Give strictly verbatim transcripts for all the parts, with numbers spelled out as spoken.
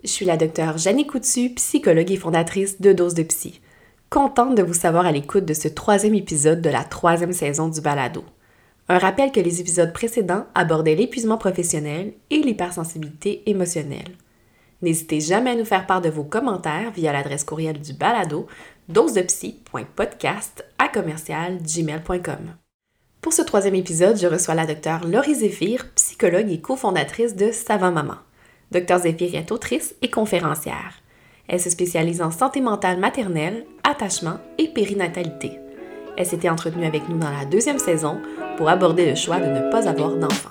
Je suis la docteure Jannie Coutu, psychologue et fondatrice de Dose de Psy. Contente de vous savoir à l'écoute de ce troisième épisode de la troisième saison du balado. Un rappel que les épisodes précédents abordaient l'épuisement professionnel et l'hypersensibilité émotionnelle. N'hésitez jamais à nous faire part de vos commentaires via l'adresse courriel du balado dosedepsy point podcast à commercial gmail point com. Pour ce troisième épisode, je reçois la docteure Laurie Zéphir, psychologue et cofondatrice de Savant Maman. Docteur Zéphir est autrice et conférencière. Elle se spécialise en santé mentale maternelle, attachement et périnatalité. Elle s'était entretenue avec nous dans la deuxième saison pour aborder le choix de ne pas avoir d'enfant.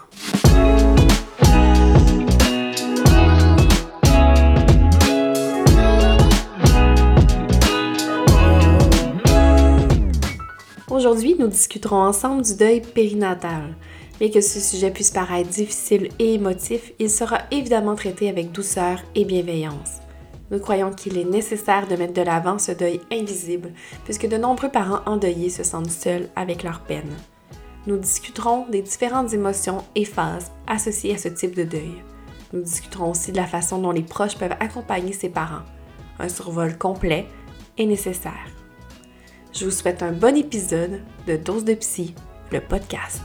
Aujourd'hui, nous discuterons ensemble du deuil périnatal. Bien que ce sujet puisse paraître difficile et émotif, il sera évidemment traité avec douceur et bienveillance. Nous croyons qu'il est nécessaire de mettre de l'avant ce deuil invisible, puisque de nombreux parents endeuillés se sentent seuls avec leur peine. Nous discuterons des différentes émotions et phases associées à ce type de deuil. Nous discuterons aussi de la façon dont les proches peuvent accompagner ces parents. Un survol complet est nécessaire. Je vous souhaite un bon épisode de Dose de Psy, le podcast.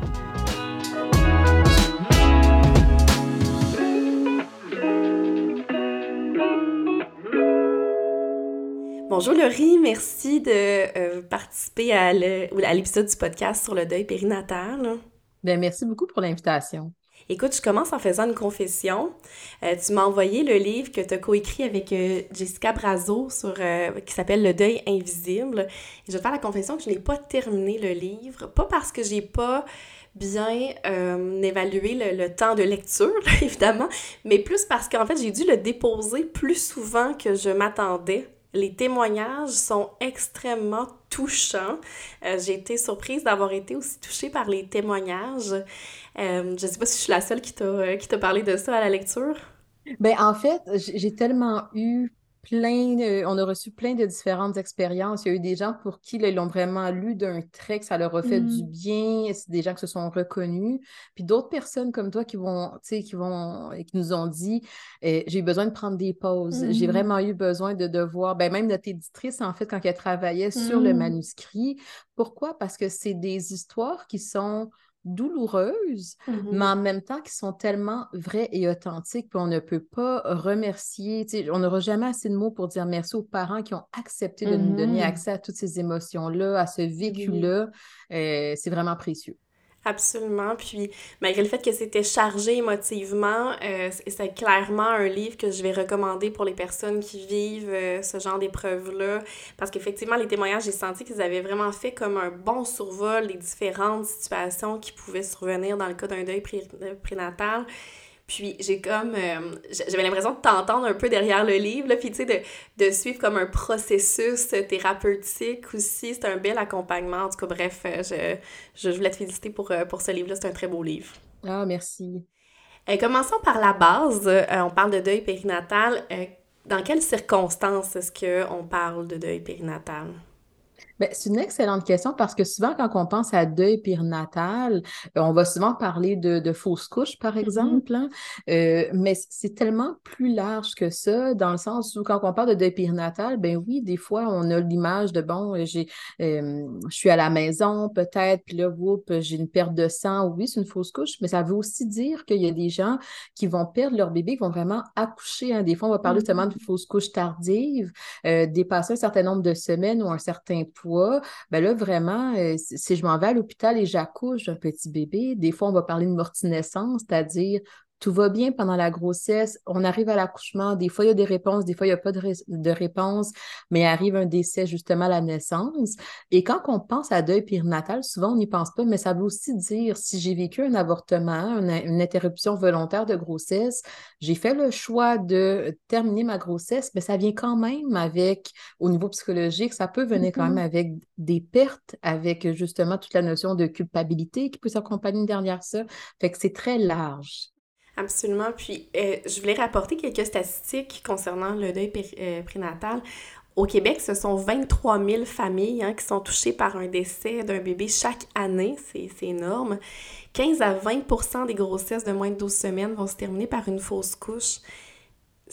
Bonjour Laurie, merci de euh, participer à, le, à l'épisode du podcast sur le deuil périnatal. Bien, merci beaucoup pour l'invitation. Écoute, je commence en faisant une confession. Euh, tu m'as envoyé le livre que tu as coécrit avec euh, Jessica Brazo sur, euh, qui s'appelle Le deuil invisible. Et je vais te faire la confession que je n'ai pas terminé le livre, pas parce que j'ai pas bien euh, évalué le, le temps de lecture, là, évidemment, mais plus parce qu'en fait, j'ai dû le déposer plus souvent que je m'attendais. Les témoignages sont extrêmement touchants. Euh, j'ai été surprise d'avoir été aussi touchée par les témoignages. Euh, je ne sais pas si je suis la seule qui t'a, euh, qui t'a parlé de ça à la lecture. Ben, en fait, j- j'ai tellement eu plein de- on a reçu plein de différentes expériences. Il y a eu des gens pour qui là, ils l'ont vraiment lu d'un trait, que ça leur a fait du Mm. bien. C'est des gens qui se sont reconnus. Puis d'autres personnes comme toi qui vont, tu sais, qui vont, qui nous ont dit, eh, j'ai eu besoin de prendre des pauses. J'ai Mm. vraiment eu besoin de devoir, ben, même notre éditrice, en fait, quand elle travaillait sur le Mm. manuscrit. Pourquoi? Parce que c'est des histoires qui sont douloureuses, mais Mhm. en même temps qui sont tellement vraies et authentiques, puis on ne peut pas remercier, tu sais, on n'aura jamais assez de mots pour dire merci aux parents qui ont accepté de nous donner Mhm. accès à toutes ces émotions-là, à ce Oui. vécu-là. Euh, c'est vraiment précieux. Absolument. Puis, malgré le fait que c'était chargé émotivement, euh, c'est c'est clairement un livre que je vais recommander pour les personnes qui vivent euh, ce genre d'épreuves-là. Parce qu'effectivement, les témoignages, j'ai senti qu'ils avaient vraiment fait comme un bon survol des différentes situations qui pouvaient survenir dans le cas d'un deuil pré- euh, prénatal. Puis j'ai comme... euh, j'avais l'impression de t'entendre un peu derrière le livre, là, puis tu sais, de, de suivre comme un processus thérapeutique aussi. C'est un bel accompagnement. En tout cas, bref, euh, je, je voulais te féliciter pour, euh, pour ce livre-là. C'est un très beau livre. Ah, merci. Euh, commençons par la base. Euh, on parle de deuil périnatal. Euh, dans quelles circonstances est-ce qu'on parle de deuil périnatal? Ben, c'est une excellente question parce que souvent, quand on pense à deuil périnatal, euh, on va souvent parler de, de fausses couches, par Mhm. exemple, hein. Euh, mais c'est tellement plus large que ça, dans le sens où quand on parle de deuil périnatal, ben oui, des fois, on a l'image de, bon, euh, j'ai, euh, je suis à la maison, peut-être, puis là, whoop, j'ai une perte de sang. Oui, c'est une fausse couche, mais ça veut aussi dire qu'il y a des gens qui vont perdre leur bébé, qui vont vraiment accoucher, hein. Des fois, on va parler justement de Mhm. fausse couche tardive, euh, dépasser un certain nombre de semaines ou un certain poids, ben là, vraiment, euh, si si je m'en vais à l'hôpital et j'accouche d'un petit bébé, des fois, on va parler de mortinescence, c'est-à-dire tout va bien pendant la grossesse, on arrive à l'accouchement, des fois, il y a des réponses, des fois, il n'y a pas de, ré- de réponse, mais arrive un décès justement à la naissance. Et quand on pense à deuil périnatal, souvent, on n'y pense pas, mais ça veut aussi dire si j'ai vécu un avortement, une, une interruption volontaire de grossesse, j'ai fait le choix de terminer ma grossesse, mais ça vient quand même avec, au niveau psychologique, ça peut venir quand même Mhm. avec des pertes, avec justement toute la notion de culpabilité qui peut s'accompagner derrière ça. Fait que c'est très large. Absolument. Puis, euh, je voulais rapporter quelques statistiques concernant le deuil péri- euh, prénatal. Au Québec, ce sont vingt-trois mille familles hein, qui sont touchées par un décès d'un bébé chaque année. C'est, c'est énorme. quinze à vingt pour cent des grossesses de moins de douze semaines vont se terminer par une fausse couche.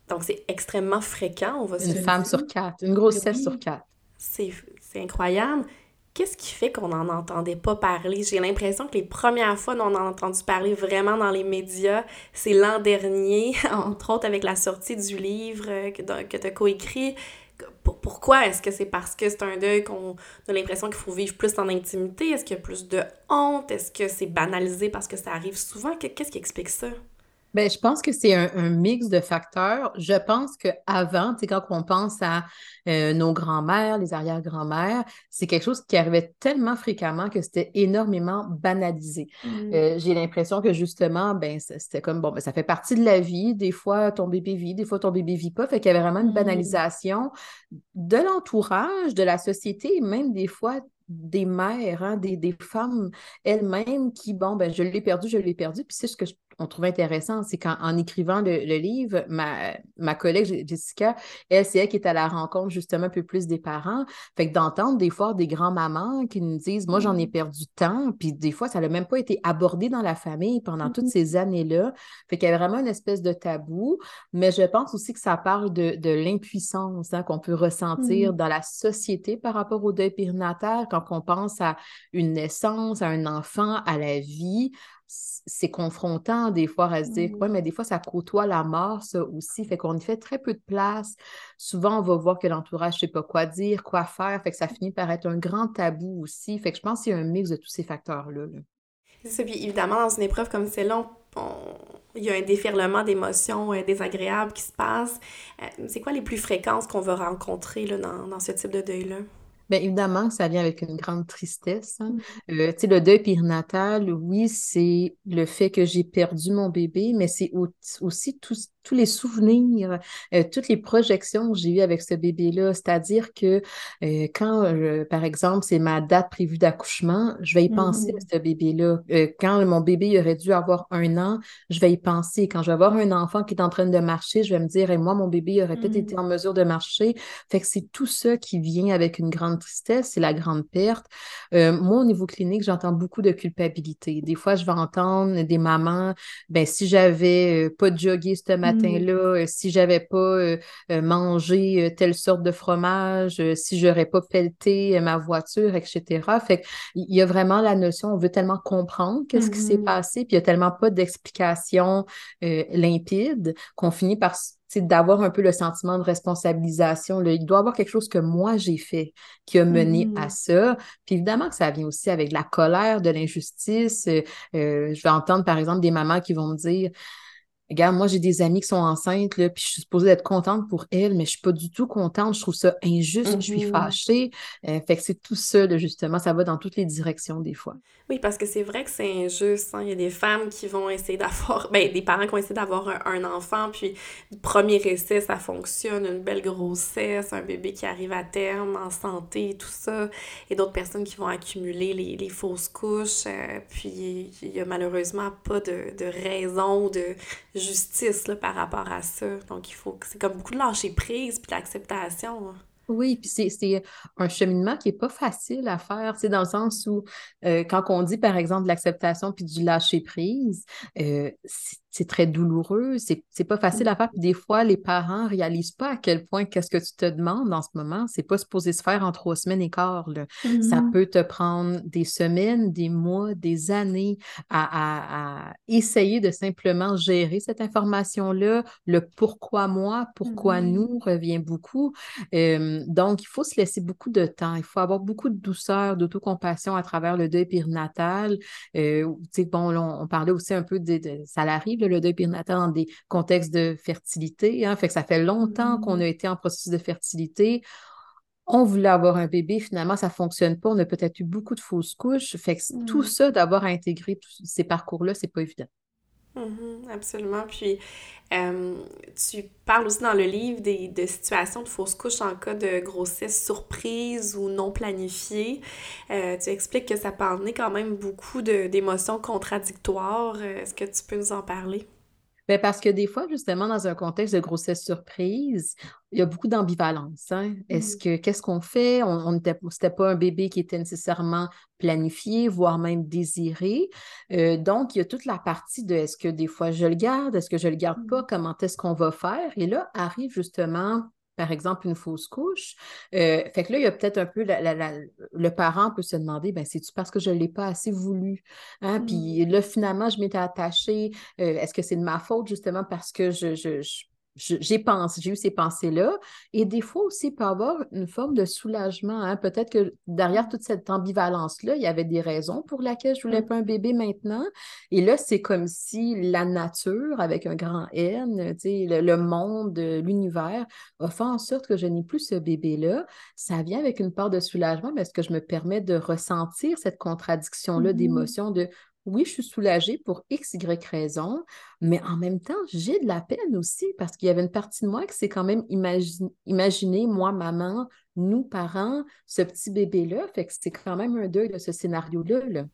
Donc, c'est extrêmement fréquent, on va se Une le femme dire. sur quatre, une grossesse sur Oui, quatre. c'est, c'est incroyable. Qu'est-ce qui fait qu'on n'en entendait pas parler? J'ai l'impression que les premières fois dont on en a entendu parler vraiment dans les médias, c'est l'an dernier, entre autres avec la sortie du livre euh, que, que tu as coécrit. Pour- Pourquoi? Est-ce que c'est parce que c'est un deuil qu'on a l'impression qu'il faut vivre plus en intimité? Est-ce qu'il y a plus de honte? Est-ce que c'est banalisé parce que ça arrive souvent? Que- Qu'est-ce qui explique ça? Ben, je pense que c'est un, un mix de facteurs. Je pense qu'avant, tu sais, quand on pense à euh, nos grands-mères, les arrière-grands-mères, c'est quelque chose qui arrivait tellement fréquemment que c'était énormément banalisé. Mm. Euh, j'ai l'impression que justement, ben, ça- c'était comme, bon, ben, ça fait partie de la vie. Des fois, ton bébé vit, des fois, ton bébé vit pas. Fait qu'il y avait vraiment une Mm. banalisation de l'entourage, de la société, et même des fois des mères, hein, des, des femmes elles-mêmes qui, bon, ben, je l'ai perdu, je l'ai perdu. Puis c'est ce que je- on trouvait intéressant, c'est qu'en en écrivant le, le livre, ma, ma collègue Jessica, elle, c'est elle qui est à la rencontre justement un peu plus des parents. Fait que d'entendre des fois des grands-mamans qui nous disent, moi, j'en ai Mm. perdu tant, puis des fois, ça n'a même pas été abordé dans la famille pendant toutes Mm. ces années-là. Fait qu'il y a vraiment une espèce de tabou. Mais je pense aussi que ça parle de, de l'impuissance, hein, qu'on peut ressentir Mm. dans la société par rapport au deuil périnatal quand on pense à une naissance, à un enfant, à la vie. C'est confrontant des fois à se dire, Mm. ouais, mais des fois, ça côtoie la mort, ça aussi. Fait qu'on y fait très peu de place. Souvent, on va voir que l'entourage ne sait pas quoi dire, quoi faire. Fait que ça finit par être un grand tabou aussi. Fait que je pense qu'il y a un mix de tous ces facteurs-là, là. C'est ça, puis évidemment, dans une épreuve comme celle-là, on- on- il y a un déferlement d'émotions euh, désagréables qui se passe. Euh, c'est quoi les plus fréquences qu'on va rencontrer là, dans, dans ce type de deuil-là? Bien évidemment, ça vient avec une grande tristesse, hein. Mm. Euh, tu sais, le deuil périnatal, oui, c'est le fait que j'ai perdu mon bébé, mais c'est au- aussi tous, tous les souvenirs, euh, toutes les projections que j'ai eues avec ce bébé-là. C'est-à-dire que euh, quand, euh, par exemple, c'est ma date prévue d'accouchement, je vais y penser à Mhm. ce bébé-là. Euh, quand mon bébé il aurait dû avoir un an, je vais y penser. Quand je vais avoir un enfant qui est en train de marcher, je vais me dire, et moi, mon bébé il aurait peut-être été Mhm. en mesure de marcher. Fait que c'est tout ça qui vient avec une grande tristesse, c'est la grande perte. Euh, moi, au niveau clinique, j'entends beaucoup de culpabilité. Des fois, je vais entendre des mamans, ben si j'avais euh, pas jogué ce Mhm. matin-là, euh, si j'avais pas euh, euh, mangé euh, telle sorte de fromage, euh, si j'aurais pas pelleté euh, ma voiture, et cetera. Fait qu'il y a vraiment la notion, on veut tellement comprendre qu'est-ce qui s'est Mhm. passé, puis il y a tellement pas d'explication euh, limpide qu'on finit par c'est d'avoir un peu le sentiment de responsabilisation. Là. Il doit y avoir quelque chose que moi j'ai fait qui a mené à Mhm. ça. Puis évidemment que ça vient aussi avec de la colère, de l'injustice. Euh, euh, je vais entendre par exemple des mamans qui vont me dire, regarde, moi j'ai des amies qui sont enceintes, là, puis je suis supposée être contente pour elles, mais je suis pas du tout contente. Je trouve ça injuste, je suis Mhm. fâchée. Euh, fait que c'est tout ça, là, justement, ça va dans toutes les directions des fois. Oui, parce que c'est vrai que c'est injuste, hein. Il y a des femmes qui vont essayer d'avoir, ben, des parents qui vont essayer d'avoir un, un enfant, puis le premier essai, ça fonctionne, une belle grossesse, un bébé qui arrive à terme, en santé, tout ça. Et d'autres personnes qui vont accumuler les, les fausses couches, euh, puis il y a malheureusement pas de, de raison ou de justice, là, par rapport à ça. Donc, il faut que c'est comme beaucoup de lâcher prise, puis l'acceptation, hein. Oui, puis c'est, c'est un cheminement qui n'est pas facile à faire, c'est dans le sens où euh, quand on dit par exemple de l'acceptation puis du lâcher prise, euh, c'est c'est très douloureux, c'est c'est pas facile à faire. Puis des fois, les parents réalisent pas à quel point qu'est-ce que tu te demandes en ce moment, c'est pas supposé se faire en trois semaines et quart, là. Ça Mhm. peut te prendre des semaines, des mois, des années à, à, à essayer de simplement gérer cette information-là. Le pourquoi moi, pourquoi Mhm. nous revient beaucoup. Euh, donc, il faut se laisser beaucoup de temps. Il faut avoir beaucoup de douceur, d'autocompassion à travers le deuil périnatal. Euh, tu sais, bon, là, on, on parlait aussi un peu de, de- ça arrive, là, le deuil périnatal dans des contextes de fertilité, hein. Fait que ça fait longtemps qu'on a Mhm. été en processus de fertilité. On voulait avoir un bébé, finalement, ça ne fonctionne pas. On a peut-être eu beaucoup de fausses couches. Fait que tout Mhm. ça, d'avoir à intégrer tous ces parcours-là, c'est pas évident. Mhm, absolument. Puis, euh, tu parles aussi dans le livre des, de situations de fausse couche en cas de grossesse surprise ou non planifiée. Euh, tu expliques que ça peut emmener quand même beaucoup de, d'émotions contradictoires. Euh, Est-ce que tu peux nous en parler? Ben parce que des fois, justement, dans un contexte de grossesse surprise, il y a beaucoup d'ambivalence, hein. Est-ce Mhm. que qu'est-ce qu'on fait? On, on était, c'était pas un bébé qui était nécessairement planifié, voire même désiré. Euh, donc, il y a toute la partie de est-ce que des fois je le garde, est-ce que je le garde pas, Mhm. comment est-ce qu'on va faire? Et là, arrive justement, par exemple, une fausse couche. Euh, fait que là, il y a peut-être un peu la- la- la- le parent peut se demander, ben, c'est-tu parce que je ne l'ai pas assez voulu? Hein? Mhm. Puis là, finalement, je m'étais attachée. Euh, est-ce que c'est de ma faute justement parce que je, je, je- je- j'ai pensé, j'ai eu ces pensées-là? Et des fois aussi, il peut y avoir une forme de soulagement, hein. Peut-être que derrière toute cette ambivalence-là, il y avait des raisons pour lesquelles je voulais Mhm. pas un bébé maintenant. Et là, c'est comme si la nature, avec un grand N, tu sais, le, le monde, euh, l'univers, a fait en sorte que je n'ai plus ce bébé-là. Ça vient avec une part de soulagement, mais est-ce que je me permets de ressentir cette contradiction-là Mhm. d'émotion de oui, je suis soulagée pour X, Y raison, mais en même temps, j'ai de la peine aussi parce qu'il y avait une partie de moi qui s'est quand même imagi- imaginé, moi, maman, nous, parents, ce petit bébé-là. Fait que c'est quand même un deuil de ce scénario-là, là.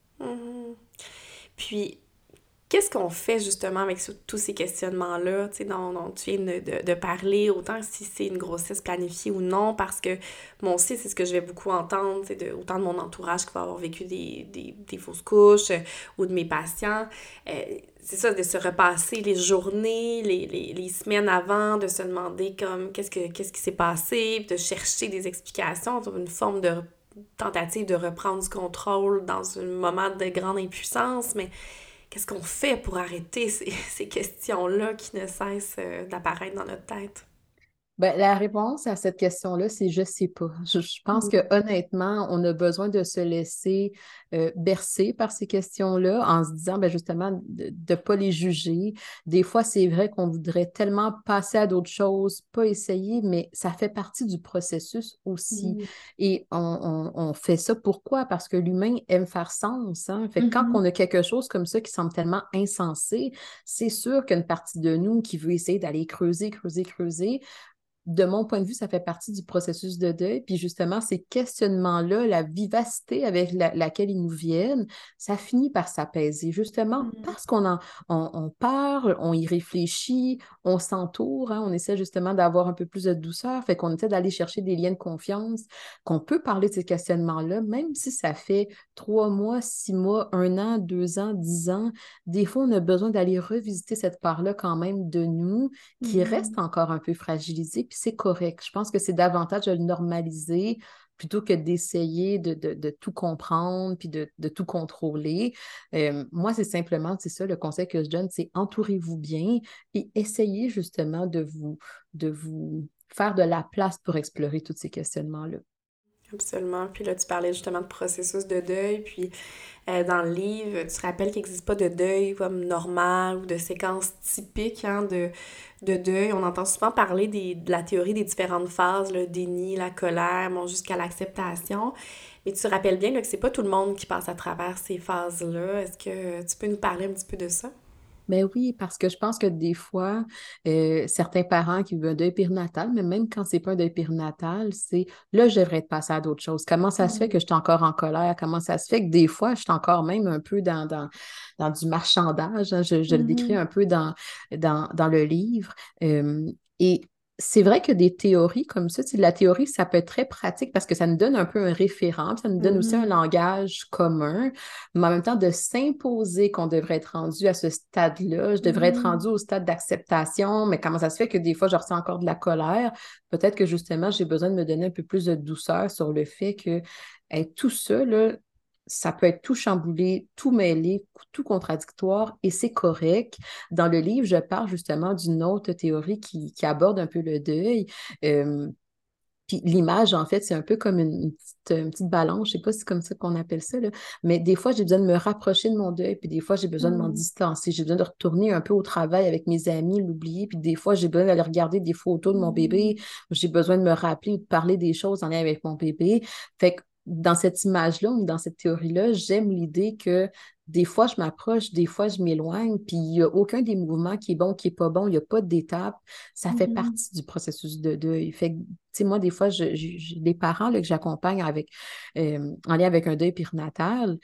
Mhm. Puis, qu'est-ce qu'on fait justement avec ce- tous ces questionnements-là, tu sais, dont, dont tu viens de, de- de parler, autant si c'est une grossesse planifiée ou non, parce que moi aussi, c'est ce que je vais beaucoup entendre, tu sais, de, autant de mon entourage qui va avoir vécu des, des, des fausses couches euh, ou de mes patients. Euh, c'est ça, de se repasser les journées, les, les, les semaines avant, de se demander comme qu'est-ce que qu'est-ce qui s'est passé, puis de chercher des explications, une forme de tentative de reprendre du contrôle dans un moment de grande impuissance, mais qu'est-ce qu'on fait pour arrêter ces, ces questions-là qui ne cessent euh, d'apparaître dans notre tête? Ben, la réponse à cette question-là, c'est je sais pas. Je, je pense que Mm. honnêtement, on a besoin de se laisser euh, bercer par ces questions-là en se disant ben, justement de ne pas les juger. Des fois, c'est vrai qu'on voudrait tellement passer à d'autres choses, pas essayer, mais ça fait partie du processus aussi. Mm. Et on, on- on fait ça pourquoi? Parce que l'humain aime faire sens, hein. Fait que quand on Mhm. a quelque chose comme ça qui semble tellement insensé, c'est sûr qu'une partie de nous qui veut essayer d'aller creuser, creuser, creuser, de mon point de vue, ça fait partie du processus de deuil. Puis justement, ces questionnements-là, la vivacité avec la- laquelle ils nous viennent, ça finit par s'apaiser. Justement, Mm. parce qu'on en, on, on parle, on y réfléchit, on s'entoure, hein, on essaie justement d'avoir un peu plus de douceur, fait qu'on essaie d'aller chercher des liens de confiance, qu'on peut parler de ces questionnements-là, même si ça fait trois mois, six mois, un an, deux ans, dix ans. Des fois, on a besoin d'aller revisiter cette part-là quand même de nous qui reste Mhm. encore un peu fragilisé, puis c'est correct. Je pense que c'est davantage de le normaliser plutôt que d'essayer de, de, de tout comprendre puis de, de tout contrôler. Euh, moi, c'est simplement, c'est ça, le conseil que je donne, c'est entourez-vous bien et essayez justement de vous, de vous faire de la place pour explorer tous ces questionnements-là. Absolument. Puis là, tu parlais justement de processus de deuil. Puis euh, dans le livre, tu te rappelles qu'il n'existe pas de deuil comme normal ou de séquence typique hein, de, de deuil. On entend souvent parler des, de la théorie des différentes phases, le déni, la colère, bon, jusqu'à l'acceptation. Mais tu te rappelles bien là, que c'est pas tout le monde qui passe à travers ces phases-là. Est-ce que tu peux nous parler un petit peu de ça? Ben oui, parce que je pense que des fois, euh, certains parents qui vivent un deuil périnatal, mais même quand c'est pas un deuil périnatal, c'est là, je devrais être passé à d'autres choses. Comment ça se fait que Mm. je suis encore en colère? Comment ça se fait que des fois, je suis encore même un peu dans, dans, dans du marchandage, hein. Je, je le décris Mhm. un peu dans, dans, dans le livre. Euh, et c'est vrai que des théories comme ça, tu sais, la théorie, ça peut être très pratique parce que ça nous donne un peu un référent, puis ça nous donne aussi un Mhm. langage commun, mais en même temps de s'imposer qu'on devrait être rendu à ce stade-là, je devrais être rendu Mhm. au stade d'acceptation, mais comment ça se fait que des fois je ressens encore de la colère? Peut-être que justement j'ai besoin de me donner un peu plus de douceur sur le fait que hey, tout ça, là, ça peut être tout chamboulé, tout mêlé, tout contradictoire et c'est correct. Dans le livre, je parle justement d'une autre théorie qui, qui aborde un peu le deuil. Euh, puis l'image, en fait, c'est un peu comme une, une petite, une petite balance, je sais pas si c'est comme ça qu'on appelle ça, là. Mais des fois, j'ai besoin de me rapprocher de mon deuil, puis des fois, j'ai besoin de m'en Mhm. distancer. J'ai besoin de retourner un peu au travail avec mes amis, l'oublier, puis des fois, j'ai besoin d'aller regarder des photos de mon bébé, Mhm. j'ai besoin de me rappeler ou de parler des choses en lien avec mon bébé. Fait que dans cette image-là ou dans cette théorie-là, j'aime l'idée que des fois, je m'approche, des fois, je m'éloigne, puis il n'y a aucun des mouvements qui est bon, qui n'est pas bon, il n'y a pas d'étape. Ça fait Mhm. partie du processus de deuil. Fait que tu sais, moi, des fois, je, je- je- les parents là, que j'accompagne avec, euh, en lien avec un deuil périnatal,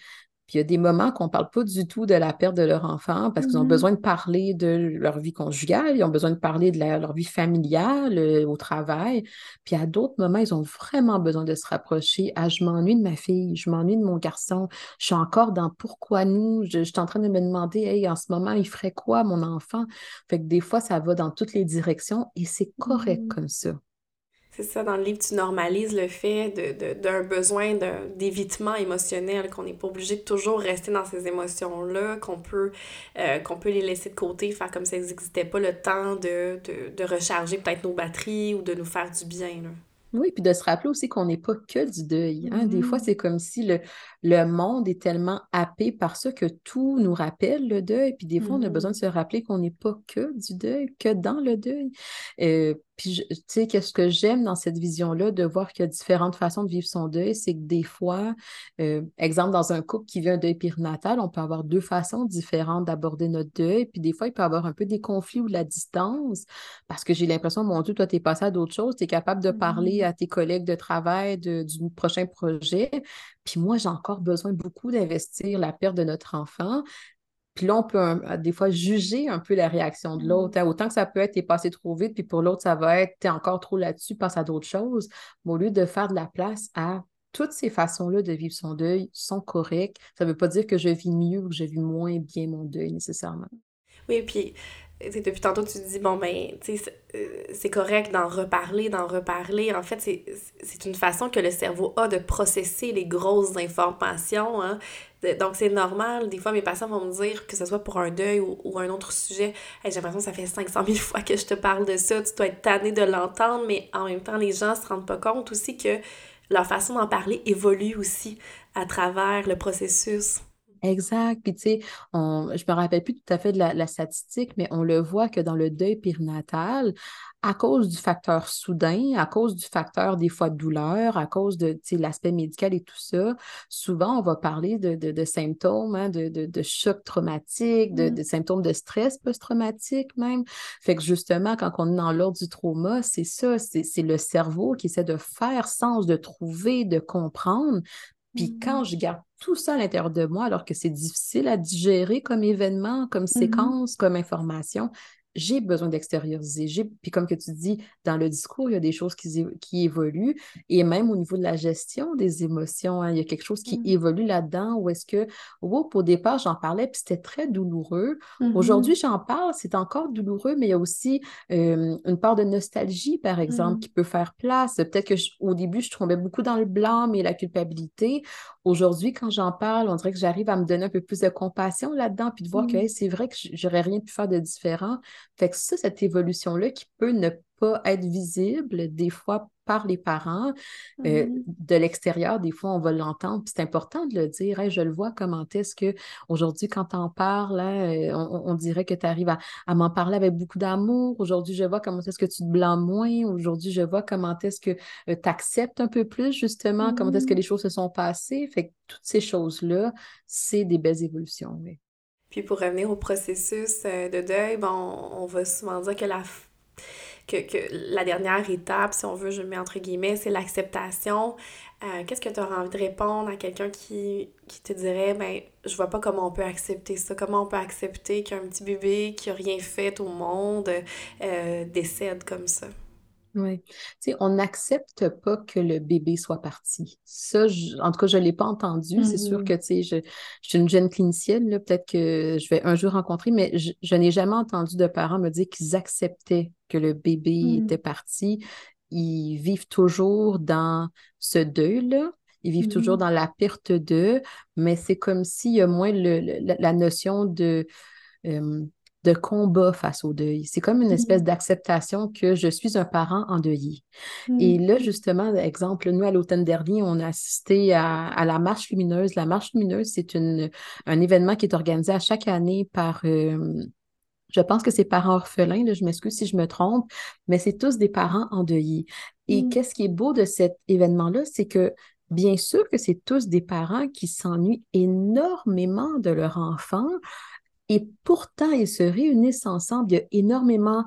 Puis il y a des moments qu'on ne parle pas du tout de la perte de leur enfant parce qu'ils ont Mhm. besoin de parler de leur vie conjugale, ils ont besoin de parler de la- leur vie familiale, euh, au travail. Puis à d'autres moments, ils ont vraiment besoin de se rapprocher. Ah, je m'ennuie de ma fille, je m'ennuie de mon garçon, je suis encore dans pourquoi nous, je, je suis en train de me demander, hey, en ce moment, il ferait quoi, mon enfant? Fait que des fois, ça va dans toutes les directions et c'est correct Mhm. comme ça. C'est ça, dans le livre, tu normalises le fait de, de- d'un besoin de- d'évitement émotionnel, qu'on n'est pas obligé de toujours rester dans ces émotions-là, qu'on peut, euh, qu'on peut les laisser de côté, faire comme si elles n'existaient pas, le temps de, de, de recharger peut-être nos batteries ou de nous faire du bien, là. Oui, puis de se rappeler aussi qu'on n'est pas que du deuil, hein. Des fois, Mhm. c'est comme si le, le monde est tellement happé par ça que tout nous rappelle le deuil. Puis des fois, on a besoin de Mhm. se rappeler qu'on n'est pas que du deuil, que dans le deuil. Euh, puis, je- tu sais, qu'est-ce que j'aime dans cette vision-là, de voir qu'il y a différentes façons de vivre son deuil, c'est que des fois, euh, exemple, dans un couple qui vit un deuil périnatal, on peut avoir deux façons différentes d'aborder notre deuil. Puis des fois, il peut y avoir un peu des conflits ou de la distance. Parce que j'ai l'impression, mon Dieu, toi, tu es passé à d'autres choses, tu es capable de parler Mhm. à tes collègues de travail de- du prochain projet. Puis moi, j'ai encore besoin beaucoup d'investir la perte de notre enfant. Puis là, on peut un- des fois juger un peu la réaction de Mhm. l'autre, hein. Autant que ça peut être t'es passé trop vite, puis pour l'autre, ça va être t'es encore trop là-dessus, passe à d'autres choses. Mais au lieu de faire de la place à toutes ces façons-là de vivre son deuil sont correctes. Ça ne veut pas dire que je vis mieux ou que je vis moins bien mon deuil nécessairement. Oui, puis tu sais, depuis tantôt, tu te dis, bon, ben, tu sais, c'est euh, c'est correct d'en reparler, d'en reparler. En fait, c'est c'est une façon que le cerveau a de processer les grosses informations, hein. De- Donc, c'est normal. Des fois, mes patients vont me dire, que ce soit pour un deuil ou, ou un autre sujet, hey, j'ai l'impression que ça fait cinq cent mille fois que je te parle de ça, tu dois être tanné de l'entendre, mais en même temps, les gens se rendent pas compte aussi que leur façon d'en parler évolue aussi à travers le processus. Exact. Puis, tu sais, on- je me rappelle plus tout à fait de la, la statistique, mais on le voit que dans le deuil périnatal, à cause du facteur soudain, à cause du facteur des fois de douleur, à cause de, tu sais, l'aspect médical et tout ça, souvent, on va parler de, de, de symptômes, hein, de, de, de choc traumatique, de, Mm. de symptômes de stress post-traumatique même. Fait que justement, quand on est dans l'ordre du trauma, c'est ça, c'est c'est le cerveau qui essaie de faire sens, de trouver, de comprendre. Puis quand Mhm. je garde tout ça à l'intérieur de moi, alors que c'est difficile à digérer comme événement, comme Mhm. séquence, comme information, j'ai besoin d'extérioriser. J'ai... Puis comme que tu dis, dans le discours, il y a des choses qui, é- qui évoluent. Et même au niveau de la gestion des émotions, hein, il y a quelque chose qui Mhm. évolue là-dedans où est-ce que, oups, au départ, j'en parlais, puis c'était très douloureux. Aujourd'hui, Mhm. j'en parle, c'est encore douloureux, mais il y a aussi euh, une part de nostalgie, par exemple, qui Mhm. peut faire place. Peut-être que je- au début, je tombais beaucoup dans le blâme et la culpabilité. Aujourd'hui, quand j'en parle, on dirait que j'arrive à me donner un peu plus de compassion là-dedans, puis de voir que hey, Mhm. c'est vrai que j- j'aurais rien pu faire de différent. Fait que ça, cette évolution-là qui peut ne pas être visible des fois par les parents, euh, Mhm. de l'extérieur, des fois, on va l'entendre, puis c'est important de le dire. Hey, je le vois, comment est-ce que aujourd'hui, quand tu en parles, hein, euh, on, on dirait que tu arrives à, à m'en parler avec beaucoup d'amour. Aujourd'hui, je vois comment est-ce que tu te blâmes moins. Aujourd'hui, je vois comment est-ce que tu acceptes un peu plus, justement, comment est-ce que les Mhm. choses se sont passées. Fait que toutes ces choses-là, c'est des belles évolutions, oui. Puis pour revenir au processus euh, de deuil, bon, on va souvent dire que la, f- que, que la dernière étape, si on veut, je le mets entre guillemets, c'est l'acceptation. Euh, qu'est-ce que tu auras envie de répondre à quelqu'un qui, qui te dirait, ben, je vois pas comment on peut accepter ça, comment on peut accepter qu'un petit bébé qui a rien fait au monde euh, décède comme ça? Oui. Tu sais, on n'accepte pas que le bébé soit parti. Ça, je- en tout cas, je ne l'ai pas entendu. C'est sûr que, Mhm. tu sais, je, je suis une jeune clinicienne, là, peut-être que je vais un jour rencontrer, mais je, je n'ai jamais entendu de parents me dire qu'ils acceptaient que le bébé était Mhm. parti. Ils vivent toujours dans ce deuil-là. Ils vivent toujours Mhm. dans la perte de, mais c'est comme s'il y a moins le- le- la, la notion de euh, de combat face au deuil. C'est comme une espèce Mhm. d'acceptation que je suis un parent endeuillé. Et Mhm. là, justement, exemple, nous, à l'automne dernier, on a assisté à, à la Marche lumineuse. La Marche lumineuse, c'est une, un événement qui est organisé à chaque année par, euh, je pense que c'est parents orphelins, là, je m'excuse si je me trompe, mais c'est tous des parents endeuillés. Et Mhm. qu'est-ce qui est beau de cet événement-là, c'est que bien sûr que c'est tous des parents qui s'ennuient énormément de leur enfant, et pourtant, ils se réunissent ensemble. Il y a énormément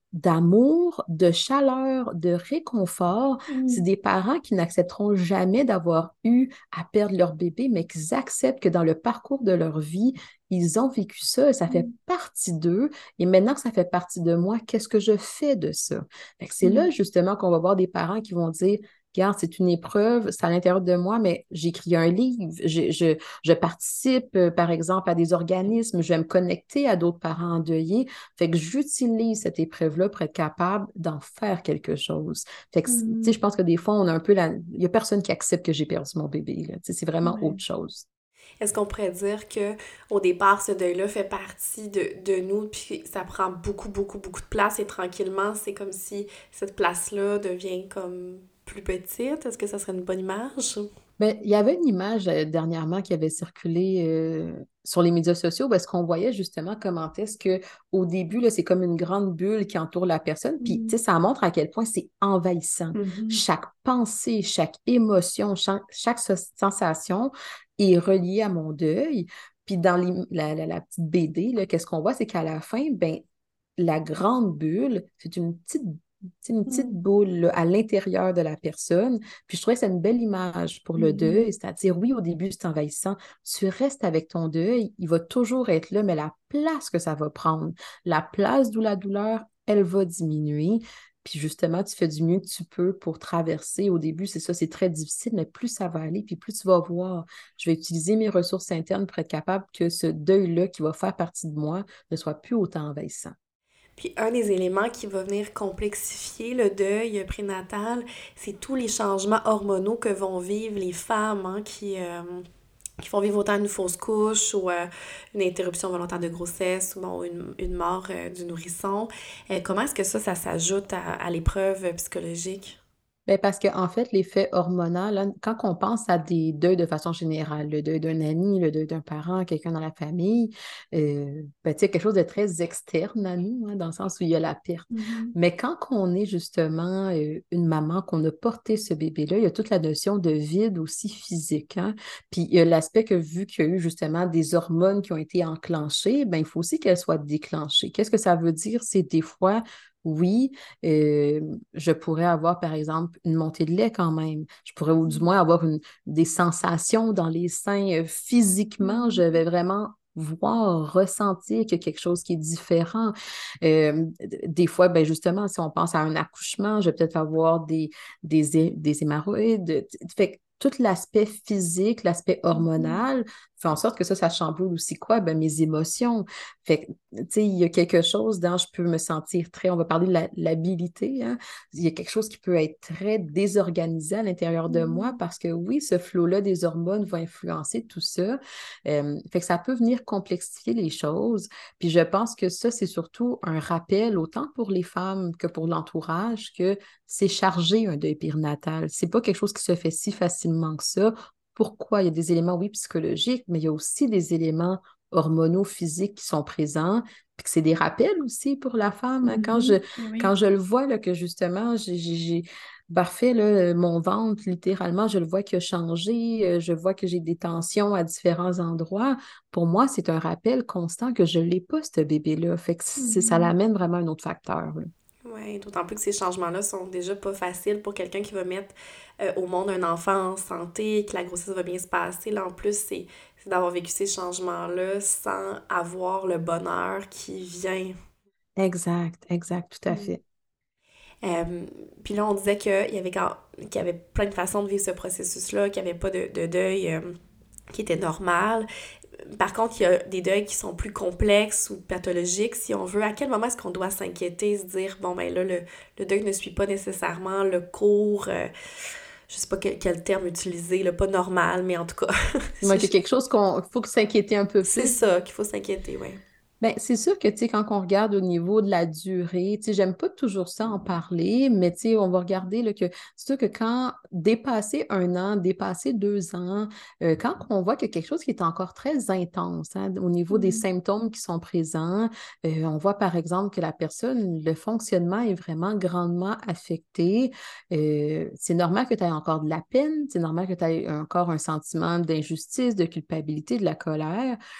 d'amour, de chaleur, de réconfort. C'est Mm. des parents qui n'accepteront jamais d'avoir eu à perdre leur bébé, mais qui acceptent que dans le parcours de leur vie, ils ont vécu ça, ça fait Mm. partie d'eux. Et maintenant que ça fait partie de moi, qu'est-ce que je fais de ça? Fait que c'est là Mm. justement qu'on va voir des parents qui vont dire, regarde, c'est une épreuve, c'est à l'intérieur de moi, mais j'écris un livre, je, je, je participe, euh, par exemple, à des organismes, je vais me connecter à d'autres parents endeuillés. Fait que j'utilise cette épreuve-là pour être capable d'en faire quelque chose. Fait que, tu sais, Mm. je pense que des fois, on a un peu la... Il y a personne qui accepte que j'ai perdu mon bébé, là. Tu sais, c'est vraiment Ouais. autre chose. Est-ce qu'on pourrait dire que au départ, ce deuil-là fait partie de, de nous, puis ça prend beaucoup, beaucoup, beaucoup de place et tranquillement, c'est comme si cette place-là devient comme plus petite? Est-ce que ça serait une bonne image? Ben, il y avait une image euh, dernièrement qui avait circulé euh, sur les médias sociaux parce qu'on voyait justement comment est-ce que au début, là, c'est comme une grande bulle qui entoure la personne. Puis, tu Mm. sais, ça montre à quel point c'est envahissant. Mhm. Chaque pensée, chaque émotion, chaque, chaque so- sensation est reliée à mon deuil. Puis, dans les- la, la- la petite B D, là, qu'est-ce qu'on voit, c'est qu'à la fin, ben, la grande bulle, c'est une petite, c'est une petite Mm. boule là, à l'intérieur de la personne. Puis je trouvais que c'est une belle image pour le Mhm. deuil, c'est-à-dire, oui, au début, c'est envahissant. Tu restes avec ton deuil, il va toujours être là, mais la place que ça va prendre, la place d'où la douleur, elle va diminuer. Puis justement, tu fais du mieux que tu peux pour traverser. Au début, c'est ça, c'est très difficile, mais plus ça va aller, puis plus tu vas voir, je vais utiliser mes ressources internes pour être capable que ce deuil-là qui va faire partie de moi ne soit plus autant envahissant. Puis un des éléments qui va venir complexifier le deuil prénatal, c'est tous les changements hormonaux que vont vivre les femmes hein, qui, euh, qui font vivre autant une fausse couche ou euh, une interruption volontaire de grossesse ou bon, une, une mort euh, du nourrisson. Euh, comment est-ce que ça, ça s'ajoute à, à l'épreuve psychologique? Ben, parce qu'en fait, l'effet hormonal, là, quand on pense à des deuils de façon générale, le deuil d'un ami, le deuil d'un parent, quelqu'un dans la famille, euh, ben, tu sais, quelque chose de très externe à nous, hein, dans le sens où il y a la perte. Mhm. Mais quand on est justement euh, une maman, qu'on a porté ce bébé-là, il y a toute la notion de vide aussi physique, hein. Puis il y a l'aspect que vu qu'il y a eu justement des hormones qui ont été enclenchées, ben, il faut aussi qu'elles soient déclenchées. Qu'est-ce que ça veut dire? C'est des fois oui, euh, je pourrais avoir, par exemple, une montée de lait quand même. Je pourrais, ou du moins, avoir une- des sensations dans les seins. Euh, physiquement, je Mhm. vais vraiment voir, ressentir qu'il y a quelque chose qui est différent. Euh, d- des fois, ben justement, si on pense à un accouchement, je vais peut-être avoir des, des, hé- des hémorroïdes. Fait que tout l'aspect physique, l'aspect Mhm. hormonal fait en sorte que ça, ça chamboule aussi quoi? Ben, mes émotions. Fait que tu sais, il y a quelque chose dans je peux me sentir très, on va parler de la- l'habilité, hein. Il y a quelque chose qui peut être très désorganisé à l'intérieur de moi Mhm. parce que oui, ce flot-là des hormones va influencer tout ça. Euh, fait que ça peut venir complexifier les choses. Puis je pense que ça, c'est surtout un rappel, autant pour les femmes que pour l'entourage, que c'est chargé un deuil périnatal. C'est pas quelque chose qui se fait si facilement que ça. Pourquoi? Il y a des éléments, oui, psychologiques, mais il y a aussi des éléments hormonaux, physiques qui sont présents, puis que c'est des rappels aussi pour la femme, hein. Quand je, Mhm. quand Oui. je le vois, là, que justement, j'ai, j'ai, j'ai- parfait, là, mon ventre, littéralement, je le vois qui a changé, euh, je vois que j'ai des tensions à différents endroits. Pour moi, c'est un rappel constant que je ne l'ai pas, ce bébé-là. Fait que c'est- ça Mhm. l'amène vraiment à un autre facteur, là. Oui, d'autant plus que ces changements-là sont déjà pas faciles pour quelqu'un qui va mettre euh, au monde un enfant en santé, que la grossesse va bien se passer. Là, en plus, c'est c'est d'avoir vécu ces changements-là sans avoir le bonheur qui vient. Exact, exact, tout à Mm. fait. Euh, Puis là, on disait qu'il y avait, quand- qu'il y avait plein de façons de vivre ce processus-là, qu'il n'y avait pas de, de deuil euh, qui était normal. Par contre, il y a des deuils qui sont plus complexes ou pathologiques, si on veut. À quel moment est-ce qu'on doit s'inquiéter, se dire, bon, ben là, le, le deuil ne suit pas nécessairement le cours, euh, je sais pas quel, quel terme utiliser, le pas normal, mais en tout cas, Il y a quelque chose qu'on faut que s'inquiéter un peu c'est plus. ça qu'il faut s'inquiéter, oui. Ben, c'est sûr que, tu sais, quand on regarde au niveau de la durée, tu sais, j'aime pas toujours ça en parler, mais tu sais, on va regarder là, que c'est sûr que quand dépasser un an, dépasser deux ans, euh, quand on voit qu'il y a quelque chose qui est encore très intense, hein, au niveau des Mhm. symptômes qui sont présents, euh, on voit par exemple que la personne, le fonctionnement est vraiment grandement affecté. Euh, c'est normal que tu aies encore de la peine, c'est normal que tu aies encore un sentiment d'injustice, de culpabilité, de la colère.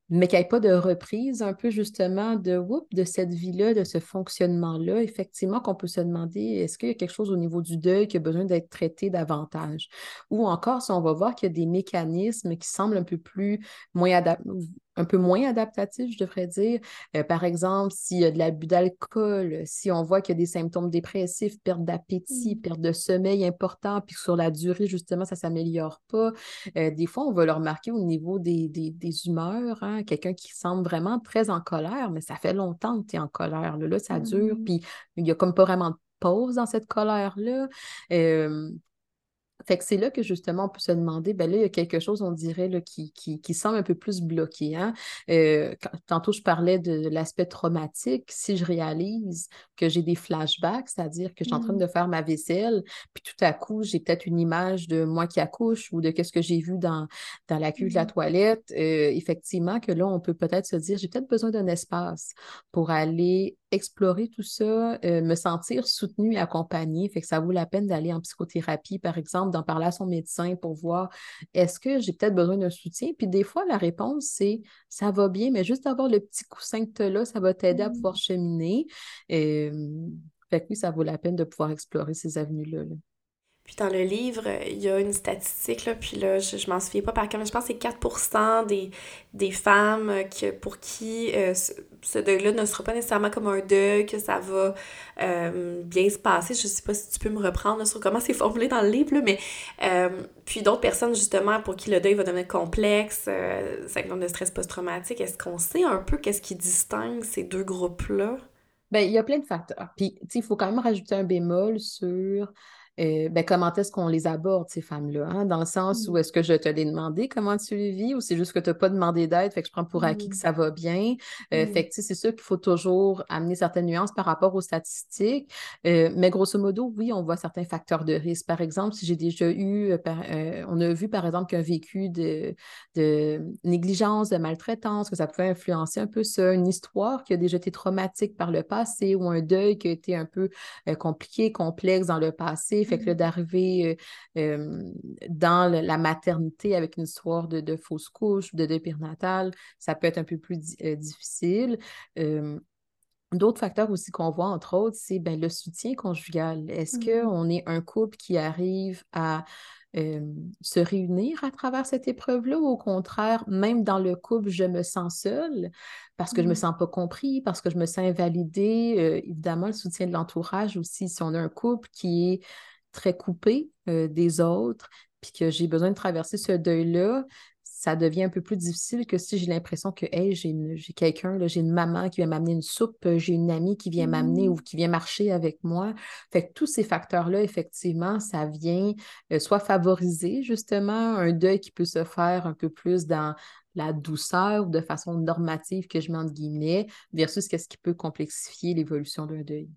mais qu'il n'y ait pas de reprise un peu justement de, whoop, de cette vie-là, de ce fonctionnement-là, effectivement qu'on peut se demander, est-ce qu'il y a quelque chose au niveau du deuil qui a besoin d'être traité davantage? Ou encore, si on va voir qu'il y a des mécanismes qui semblent un peu plus moins adap- un peu moins adaptatifs, je devrais dire. Euh, par exemple, s'il y a de l'abus d'alcool, si on voit qu'il y a des symptômes dépressifs, perte d'appétit, Mm. perte de sommeil important, puis que sur la durée, justement, ça ne s'améliore pas. Euh, des fois, on va le remarquer au niveau des, des, des humeurs, hein, quelqu'un qui semble vraiment très en colère, mais ça fait longtemps que tu es en colère. Là, là, ça dure, Mm. puis il n'y a comme pas vraiment de pause dans cette colère-là. Euh, fait que c'est là que justement on peut se demander, ben là, il y a quelque chose, on dirait, là, qui, qui, qui semble un peu plus bloqué. Hein? Euh, quand- tantôt, je parlais de l'aspect traumatique. Si je réalise que j'ai des flashbacks, c'est-à-dire que je suis en train Mm. de faire ma vaisselle, puis tout à coup, j'ai peut-être une image de moi qui accouche ou de qu'est-ce que j'ai vu dans, dans la cuve de la Mm. toilette, euh, effectivement, que là, on peut peut-être se dire, j'ai peut-être besoin d'un espace pour aller explorer tout ça, euh, me sentir soutenue et accompagnée. Fait que ça vaut la peine d'aller en psychothérapie, par exemple, d'en parler à son médecin pour voir est-ce que j'ai peut-être besoin d'un soutien. Puis des fois, la réponse, c'est ça va bien, mais juste avoir le petit coussin que tu as là, ça va t'aider à pouvoir Mm. cheminer. Euh, fait que oui, ça vaut la peine de pouvoir explorer ces avenues-là. Là. Puis dans le livre, euh, il y a une statistique, là, puis là, je, je m'en souviens pas par cœur, mais je pense que c'est quatre pour cent des, des femmes euh, que, pour qui euh, ce, ce deuil-là ne sera pas nécessairement comme un deuil, que ça va euh, bien se passer. Je sais pas si tu peux me reprendre là, sur comment c'est formulé dans le livre, là, mais euh, puis d'autres personnes, justement, pour qui le deuil va devenir complexe, euh, syndrome de stress post-traumatique. Est-ce qu'on sait un peu qu'est-ce qui distingue ces deux groupes-là? Ben, il y a plein de facteurs. Puis, tu sais, il faut quand même rajouter un bémol sur euh, ben, comment est-ce qu'on les aborde, ces femmes-là, hein? Dans le sens où Mm. est-ce que je te l'ai demandé comment tu les vis ou c'est juste que tu n'as pas demandé d'aide, fait que je prends pour acquis que Mm. ça va bien. Euh, fait Mm. que, tu sais, c'est sûr qu'il faut toujours amener certaines nuances par rapport aux statistiques. Euh, mais grosso modo, oui, on voit certains facteurs de risque. Par exemple, si j'ai déjà eu, euh, par- euh, on a vu par exemple qu'un vécu de, de négligence, de maltraitance, que ça pouvait influencer un peu ça, une histoire qui a déjà été traumatique par le passé ou un deuil qui a été un peu euh, compliqué, complexe dans le passé. Fait que là, Mm. d'arriver euh, euh, dans le- la maternité avec une histoire de, de fausse couche, de deuil périnatal, ça peut être un peu plus di- euh, difficile. Euh, D'autres facteurs aussi qu'on voit, entre autres, c'est ben, le soutien conjugal. Est-ce Mm. qu'on est un couple qui arrive à euh, se réunir à travers cette épreuve-là ou au contraire, même dans le couple, je me sens seule parce que je me Mm. sens pas compris, parce que je me sens invalidée. Euh, évidemment, le soutien de l'entourage aussi, si on a un couple qui est très coupé euh, des autres, puis que j'ai besoin de traverser ce deuil-là, ça devient un peu plus difficile que si j'ai l'impression que hey, j'ai une- j'ai quelqu'un, là, j'ai une maman qui vient m'amener une soupe, euh, j'ai une amie qui vient m'amener ou Mm. qui vient marcher avec moi. Fait que tous ces facteurs-là, effectivement, ça vient euh, soit favoriser justement un deuil qui peut se faire un peu plus dans la douceur ou de façon normative que je mets entre guillemets, versus qu'est-ce qui peut complexifier l'évolution d'un deuil.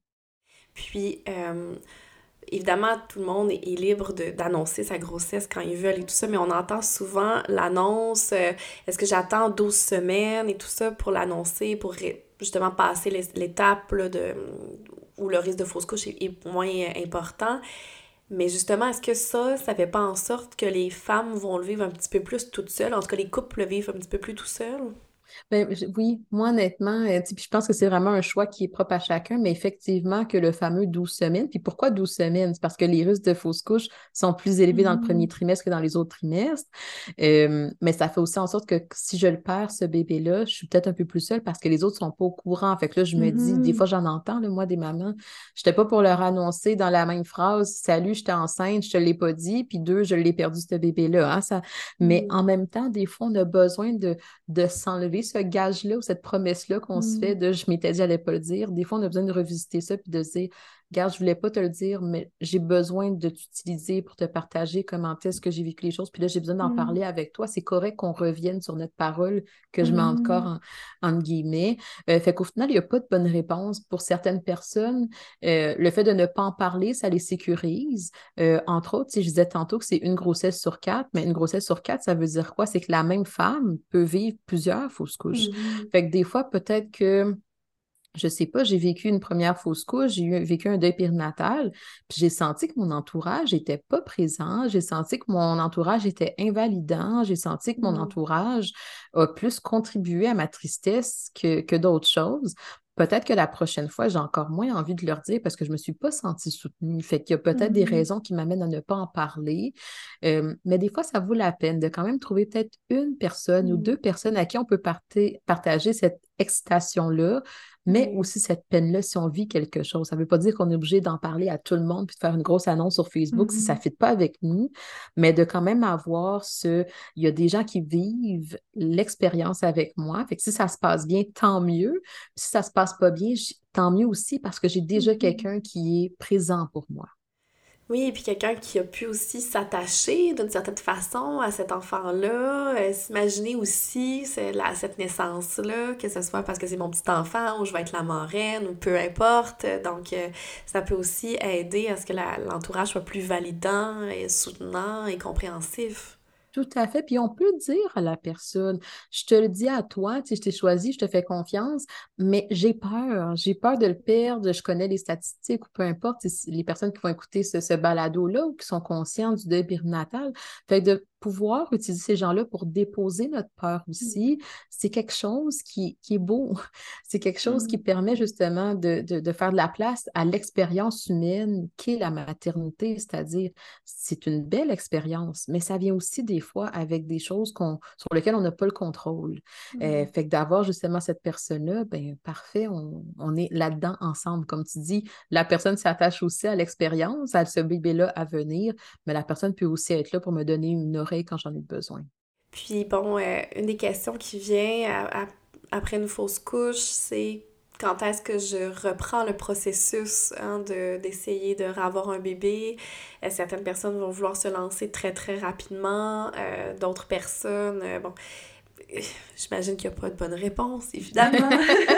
Puis, euh, évidemment, tout le monde est, est libre de- d'annoncer sa grossesse quand il veut et tout ça, mais on entend souvent l'annonce, euh, est-ce que j'attends douze semaines et tout ça pour l'annoncer, pour ré- justement passer l'é- l'étape là, de, où le risque de fausse couche est, est moins important. Mais justement, est-ce que ça, ça fait pas en sorte que les femmes vont le vivre un petit peu plus toutes seules, en tout cas les couples le vivent un petit peu plus tout seuls? Ben, je- oui, moi honnêtement, euh, tu sais, puis je pense que c'est vraiment un choix qui est propre à chacun, mais effectivement que le fameux douze semaines, puis pourquoi douze semaines? C'est parce que les risques de fausse couche sont plus élevés dans le premier Mhm. trimestre que dans les autres trimestres. Euh, mais ça fait aussi en sorte que si je le perds, ce bébé-là, je suis peut-être un peu plus seule parce que les autres sont pas au courant. Fait que là, je me dis, des fois Mhm. j'en entends, là, moi, des mamans, j'étais pas pour leur annoncer dans la même phrase, salut, j'étais enceinte, je te l'ai pas dit, puis deux, je l'ai perdu, ce bébé-là. Hein, ça... Mais en Mhm. même temps, des fois, on a besoin de de s'enlever ce gage-là ou cette promesse-là qu'on se fait Mhm. de je m'étais dit, j'allais pas le dire. Des fois, on a besoin de revisiter ça puis de se dire, regarde, je voulais pas te le dire, mais j'ai besoin de t'utiliser pour te partager comment est-ce que j'ai vécu les choses. Puis là, j'ai besoin d'en Mhm. parler avec toi. C'est correct qu'on revienne sur notre parole que je mets encore Mhm. en, en guillemets. Euh, fait qu'au final, il n'y a pas de bonne réponse. Pour certaines personnes, euh, le fait de ne pas en parler, ça les sécurise. Euh, entre autres, si je disais tantôt que c'est une grossesse sur quatre, mais une grossesse sur quatre, ça veut dire quoi? C'est que la même femme peut vivre plusieurs fausses couches. Mhm. Fait que des fois, peut-être que je sais pas, j'ai vécu une première fausse couche, j'ai eu, vécu un deuil périnatal, puis j'ai senti que mon entourage était pas présent, j'ai senti que mon entourage était invalidant, j'ai senti que mon Mhm. entourage a plus contribué à ma tristesse que, que d'autres choses. Peut-être que la prochaine fois, j'ai encore moins envie de leur dire parce que je me suis pas sentie soutenue. Fait qu'il y a peut-être des Mhm. raisons qui m'amènent à ne pas en parler. Euh, mais des fois, ça vaut la peine de quand même trouver peut-être une personne ou deux Mhm. personnes à qui on peut parter- partager cette excitation-là, mais Oui. aussi cette peine-là si on vit quelque chose. Ça ne veut pas dire qu'on est obligé d'en parler à tout le monde puis de faire une grosse annonce sur Facebook si ça ne Mhm. fit pas avec nous, mais de quand même avoir ce... Il y a des gens qui vivent l'expérience avec moi. Fait que si ça se passe bien, tant mieux. Puis si ça se passe pas bien, j- tant mieux aussi parce que j'ai déjà Mhm. quelqu'un qui est présent pour moi. Oui, et puis quelqu'un qui a pu aussi s'attacher d'une certaine façon à cet enfant-là, euh, s'imaginer aussi c'est la- cette naissance-là, que ce soit parce que c'est mon petit enfant ou je vais être la marraine ou peu importe. Donc, euh, ça peut aussi aider à ce que la- l'entourage soit plus validant et soutenant et compréhensif. Tout à fait. Puis on peut dire à la personne, je te le dis à toi, tu sais, je t'ai choisi, je te fais confiance, mais j'ai peur. J'ai peur de le perdre. Je connais les statistiques ou peu importe, tu sais, les personnes qui vont écouter ce, ce balado-là ou qui sont conscientes du deuil périnatal. Fait que de pouvoir utiliser ces gens-là pour déposer notre peur aussi, c'est quelque chose qui, qui est beau. C'est quelque chose qui Mhm. permet justement de, de, de faire de la place à l'expérience humaine qu'est la maternité, c'est-à-dire c'est une belle expérience, mais ça vient aussi des fois avec des choses qu'on, sur lesquelles on n'a pas le contrôle. Euh, Mhm. fait que d'avoir justement cette personne-là, ben parfait, on, on est là-dedans ensemble. Comme tu dis, la personne s'attache aussi à l'expérience, à ce bébé-là à venir, mais la personne peut aussi être là pour me donner une oreille quand j'en ai besoin. Puis bon, euh, une des questions qui vient à- à- après une fausse couche, c'est quand est-ce que je reprends le processus hein, de, d'essayer de ravoir un bébé. Euh, certaines personnes vont vouloir se lancer très très rapidement, euh, d'autres personnes, euh, bon, euh, j'imagine qu'il n'y a pas de bonne réponse, évidemment.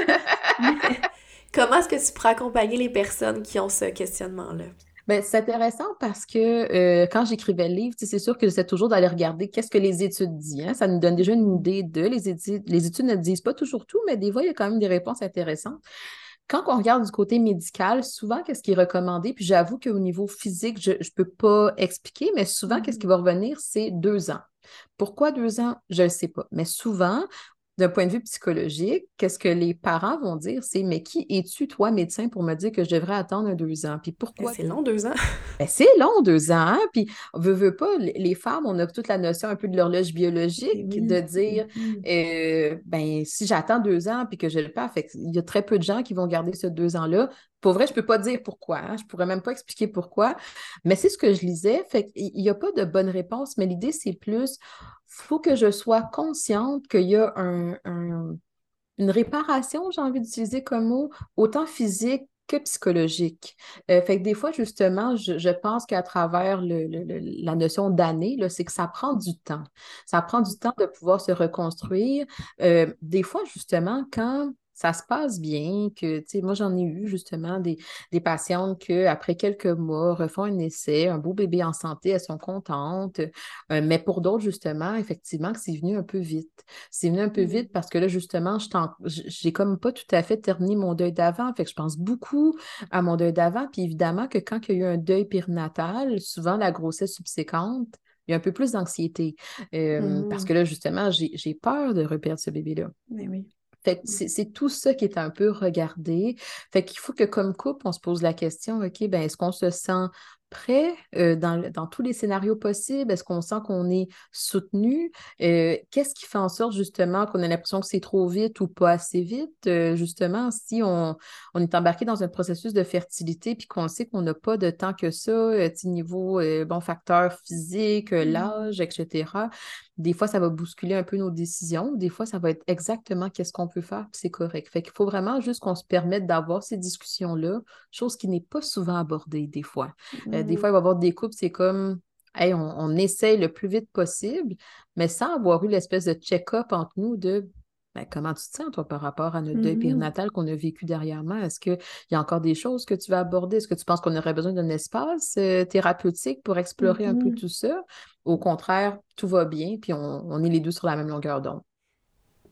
Mais comment est-ce que tu pourrais accompagner les personnes qui ont ce questionnement-là? Ben, c'est intéressant parce que euh, quand j'écrivais le livre, tu sais, c'est sûr que j'essaie toujours d'aller regarder qu'est-ce que les études disent. Hein? Ça nous donne déjà une idée de les études. Les études ne disent pas toujours tout, mais des fois, il y a quand même des réponses intéressantes. Quand on regarde du côté médical, souvent, qu'est-ce qui est recommandé? Puis j'avoue qu'au niveau physique, je ne peux pas expliquer, mais souvent, qu'est-ce qui Mhm. va revenir? C'est deux ans. Pourquoi deux ans? Je ne sais pas. Mais souvent, d'un point de vue psychologique, qu'est-ce que les parents vont dire? C'est, mais qui es-tu, toi, médecin, pour me dire que je devrais attendre un deux ans? Puis Ben, pourquoi c'est deux? long, deux ans. Ben, c'est long, deux ans, hein? Puis, on veut, veut pas, les les femmes, on a toute la notion un peu de l'horloge Eh biologique, de oui. dire, Mhm. euh, ben, si j'attends deux ans puis que je le perds, fait il y a très peu de gens qui vont garder ce deux ans-là. Pour vrai, je peux pas dire pourquoi, hein? Je pourrais même pas expliquer pourquoi, mais c'est ce que je lisais, fait qu'il y a pas de bonne réponse, mais l'idée, c'est plus, faut que je sois consciente qu'il y a un, un- une réparation, j'ai envie d'utiliser comme mot, autant physique que psychologique. Euh, fait que des fois, justement, je, je pense qu'à travers le- le- le- la notion d'année, là, c'est que ça prend du temps. Ça prend du temps de pouvoir se reconstruire. Euh, des fois, justement, quand ça se passe bien, que, tu sais, moi, j'en ai eu justement des, des patientes qui, après quelques mois, refont un essai, un beau bébé en santé, elles sont contentes. Euh, mais pour d'autres, justement, effectivement, que c'est venu un peu vite. C'est venu un peu vite Mhm. parce que là, justement, je t'en- j- j'ai comme pas tout à fait terminé mon deuil d'avant. Fait que je pense beaucoup à mon deuil d'avant. Puis évidemment que quand il y a eu un deuil périnatal, souvent la grossesse subséquente, il y a un peu plus d'anxiété. Euh, parce que Mhm. là, justement, j'ai j'ai peur de reperdre ce bébé-là. Mais oui. Fait que c'est c'est tout ça qui est un peu regardé. Fait qu'il faut que comme couple, on se pose la question, OK, ben est-ce qu'on se sent prêt euh, dans, le- dans tous les scénarios possibles? Est-ce qu'on sent qu'on est soutenu? Euh, qu'est-ce qui fait en sorte justement qu'on a l'impression que c'est trop vite ou pas assez vite? Euh, justement, si on, on est embarqué dans un processus de fertilité puis qu'on sait qu'on n'a pas de temps que ça, euh, petit niveau, euh, bon, facteur physique, euh, Mhm. l'âge, et cetera. Des fois, ça va bousculer un peu nos décisions. Des fois, ça va être exactement qu'est-ce qu'on peut faire, puis c'est correct. Fait qu'il faut vraiment juste qu'on se permette d'avoir ces discussions-là, chose qui n'est pas souvent abordée des fois. Euh, des fois, il Mhm. va y avoir des couples, c'est comme, hey, on, on essaye le plus vite possible, mais sans avoir eu l'espèce de check-up entre nous de ben, comment tu te sens, toi, par rapport à notre deuil Mhm. périnatal qu'on a vécu dernièrement? Est-ce qu'il y a encore des choses que tu vas aborder? Est-ce que tu penses qu'on aurait besoin d'un espace euh, thérapeutique pour explorer un peu Mhm. tout ça? Au contraire, tout va bien, puis on, on est les deux sur la même longueur d'onde.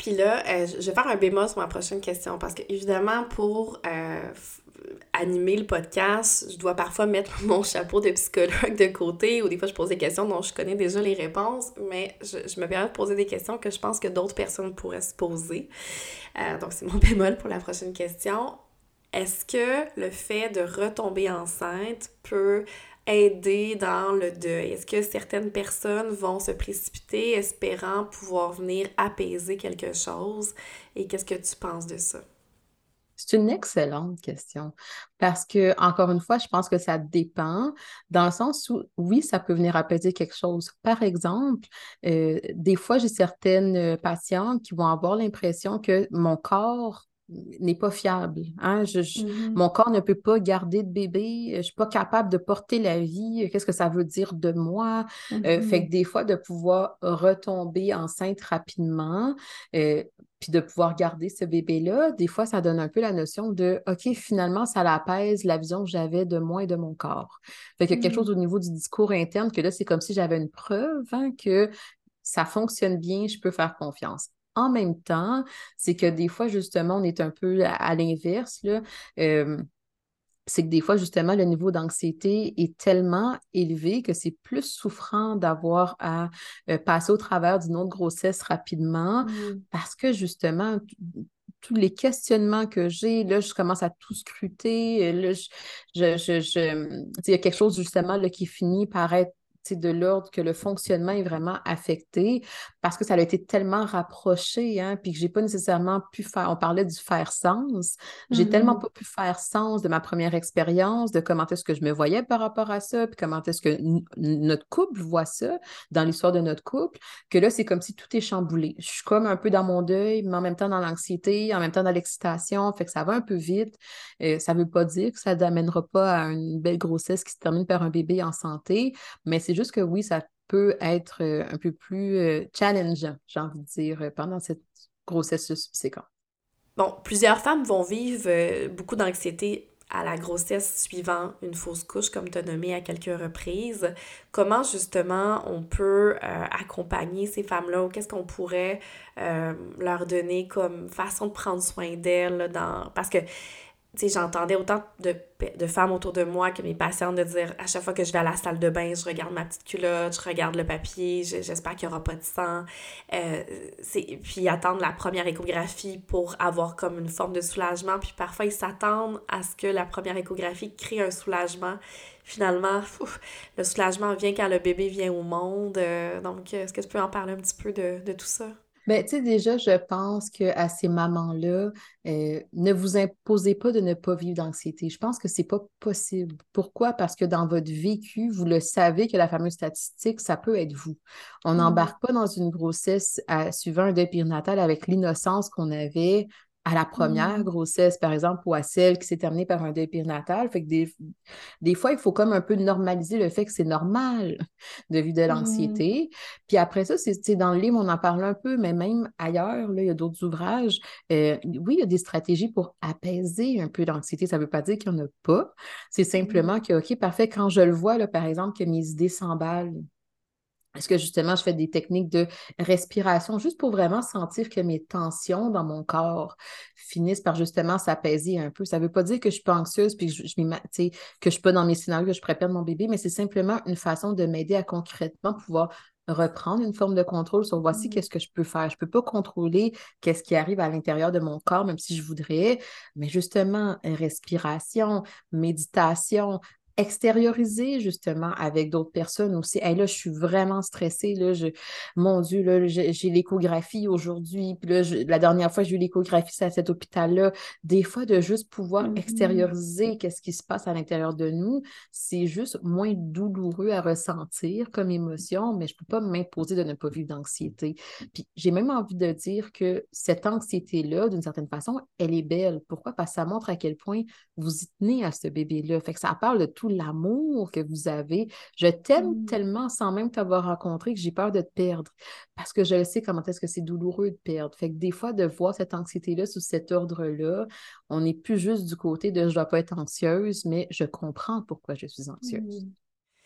Puis là, euh, je vais faire un bémol sur ma prochaine question parce que, évidemment, pour euh, f- animer le podcast, je dois parfois mettre mon chapeau de psychologue de côté ou des fois je pose des questions dont je connais déjà les réponses, mais je, je me permets de poser des questions que je pense que d'autres personnes pourraient se poser. Euh, donc, c'est mon bémol pour la prochaine question. Est-ce que le fait de retomber enceinte peut aider dans le deuil? Est-ce que certaines personnes vont se précipiter espérant pouvoir venir apaiser quelque chose? Et qu'est-ce que tu penses de ça? C'est une excellente question parce que, encore une fois, je pense que ça dépend dans le sens où, oui, ça peut venir apaiser quelque chose. Par exemple, euh, des fois, j'ai certaines euh, patientes qui vont avoir l'impression que mon corps n'est pas fiable. Hein? Je, je- Mhm. mon corps ne peut pas garder de bébé, je ne suis pas capable de porter la vie. Qu'est-ce que ça veut dire de moi? Euh, fait Mhm. que des fois, de pouvoir retomber enceinte rapidement, euh, puis de pouvoir garder ce bébé-là, des fois, ça donne un peu la notion de, OK, finalement, ça l'apaise la vision que j'avais de moi et de mon corps. Fait qu'il y a quelque chose Mhm. au niveau du discours interne que là, c'est comme si j'avais une preuve, hein, que ça fonctionne bien, je peux faire confiance. En même temps, c'est que des fois, justement, on est un peu à, à l'inverse, là. Euh, c'est que des fois, justement, le niveau d'anxiété est tellement élevé que c'est plus souffrant d'avoir à euh, passer au travers d'une autre grossesse rapidement Mhm. parce que, justement, t- tous les questionnements que j'ai, là, je commence à tout scruter. euh, Là, je, je, je, je- tu sais, il y a quelque chose, justement, là, qui finit par être tu sais, de l'ordre que le fonctionnement est vraiment affecté parce que ça a été tellement rapproché, hein, puis que j'ai pas nécessairement pu faire, on parlait du faire sens, j'ai tellement Mhm. pas pu faire sens de ma première expérience, de comment est-ce que je me voyais par rapport à ça, puis comment est-ce que n- notre couple voit ça dans l'histoire de notre couple, que là, c'est comme si tout est chamboulé. Je suis comme un peu dans mon deuil, mais en même temps dans l'anxiété, en même temps dans l'excitation, fait que ça va un peu vite. Euh, ça veut pas dire que ça n'amènera pas à une belle grossesse qui se termine par un bébé en santé, mais c'est juste que oui, ça peut être euh, un peu plus euh, challengeant, j'ai envie de dire, euh, pendant cette grossesse subséquente. Bon, plusieurs femmes vont vivre euh, beaucoup d'anxiété à la grossesse suivant une fausse couche, comme tu as nommé à quelques reprises. Comment justement on peut euh, accompagner ces femmes-là ou qu'est-ce qu'on pourrait euh, leur donner comme façon de prendre soin d'elles là, dans... Parce que tu sais, j'entendais autant de, de femmes autour de moi que mes patientes de dire à chaque fois que je vais à la salle de bain, je regarde ma petite culotte, je regarde le papier, je- j'espère qu'il n'y aura pas de sang. Euh, c'est, puis attendre la première échographie pour avoir comme une forme de soulagement. Puis parfois, ils s'attendent à ce que la première échographie crée un soulagement. Finalement, ouf, le soulagement vient quand le bébé vient au monde. Euh, donc, est-ce que tu peux en parler un petit peu de, de tout ça? Ben, tu sais, déjà, je pense qu'à ces mamans-là, euh, ne vous imposez pas de ne pas vivre d'anxiété. Je pense que c'est pas possible. Pourquoi? Parce que dans votre vécu, vous le savez que la fameuse statistique, ça peut être vous. On Mhm. n'embarque pas dans une grossesse à, suivant un deuil périnatal avec l'innocence qu'on avait à la première Mhm. grossesse, par exemple, ou à celle qui s'est terminée par un deuil périnatal. Fait que des, des fois, il faut comme un peu normaliser le fait que c'est normal de vivre de Mhm. l'anxiété. Puis après ça, c'est c'est dans le livre, on en parle un peu, mais même ailleurs, là, il y a d'autres ouvrages. Euh, oui, il y a des stratégies pour apaiser un peu l'anxiété. Ça ne veut pas dire qu'il n'y en a pas. C'est Mhm. simplement que, OK, parfait, quand je le vois, là, par exemple, que mes idées s'emballent, est-ce que justement, je fais des techniques de respiration juste pour vraiment sentir que mes tensions dans mon corps finissent par justement s'apaiser un peu. Ça ne veut pas dire que je suis pas anxieuse puis que je, je m'ima- tu sais, que je suis pas dans mes scénarios, que je pourrais perdre mon bébé, mais c'est simplement une façon de m'aider à concrètement pouvoir reprendre une forme de contrôle sur voici Mhm. qu'est-ce que je peux faire. Je ne peux pas contrôler qu'est-ce qui arrive à l'intérieur de mon corps, même si je voudrais, mais justement, respiration, méditation, extérioriser justement avec d'autres personnes aussi. Hey, là, je suis vraiment stressée. Là, je, mon Dieu, là, j'ai j'ai l'échographie aujourd'hui. Puis là, je- la dernière fois que j'ai eu l'échographie, c'est à cet hôpital-là. Des fois, de juste pouvoir Mhm. extérioriser qu'est-ce qui se passe à l'intérieur de nous, c'est juste moins douloureux à ressentir comme émotion, mais je ne peux pas m'imposer de ne pas vivre d'anxiété. Puis j'ai même envie de dire que cette anxiété-là, d'une certaine façon, elle est belle. Pourquoi? Parce que ça montre à quel point vous y tenez à ce bébé-là. Fait que ça parle de tout l'amour que vous avez. Je t'aime Mhm. tellement sans même t'avoir rencontré que j'ai peur de te perdre parce que je sais comment est-ce que c'est douloureux de perdre. Fait que des fois, de voir cette anxiété-là sous cet ordre-là, on n'est plus juste du côté de je ne dois pas être anxieuse, mais je comprends pourquoi je suis anxieuse. Mhm.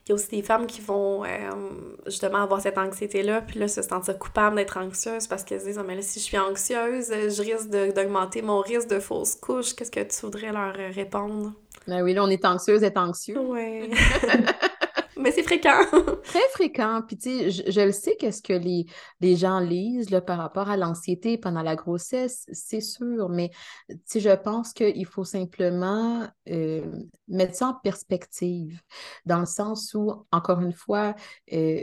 il y a aussi des femmes qui vont euh, justement avoir cette anxiété-là, puis là, se sentir coupable d'être anxieuse parce qu'elles se disent, ah, mais là, si je suis anxieuse, je risque de- d'augmenter mon risque de fausse couche. Qu'est-ce que tu voudrais leur euh, répondre? Ben oui, là, on est anxieuse, être anxieux. Ouais. Mais c'est fréquent. Très fréquent. Puis, tu sais, je, je le sais, qu'est-ce que les, les gens lisent là, par rapport à l'anxiété pendant la grossesse, c'est sûr, mais tu sais, je pense qu'il faut simplement euh, mettre ça en perspective, dans le sens où, encore une fois, euh,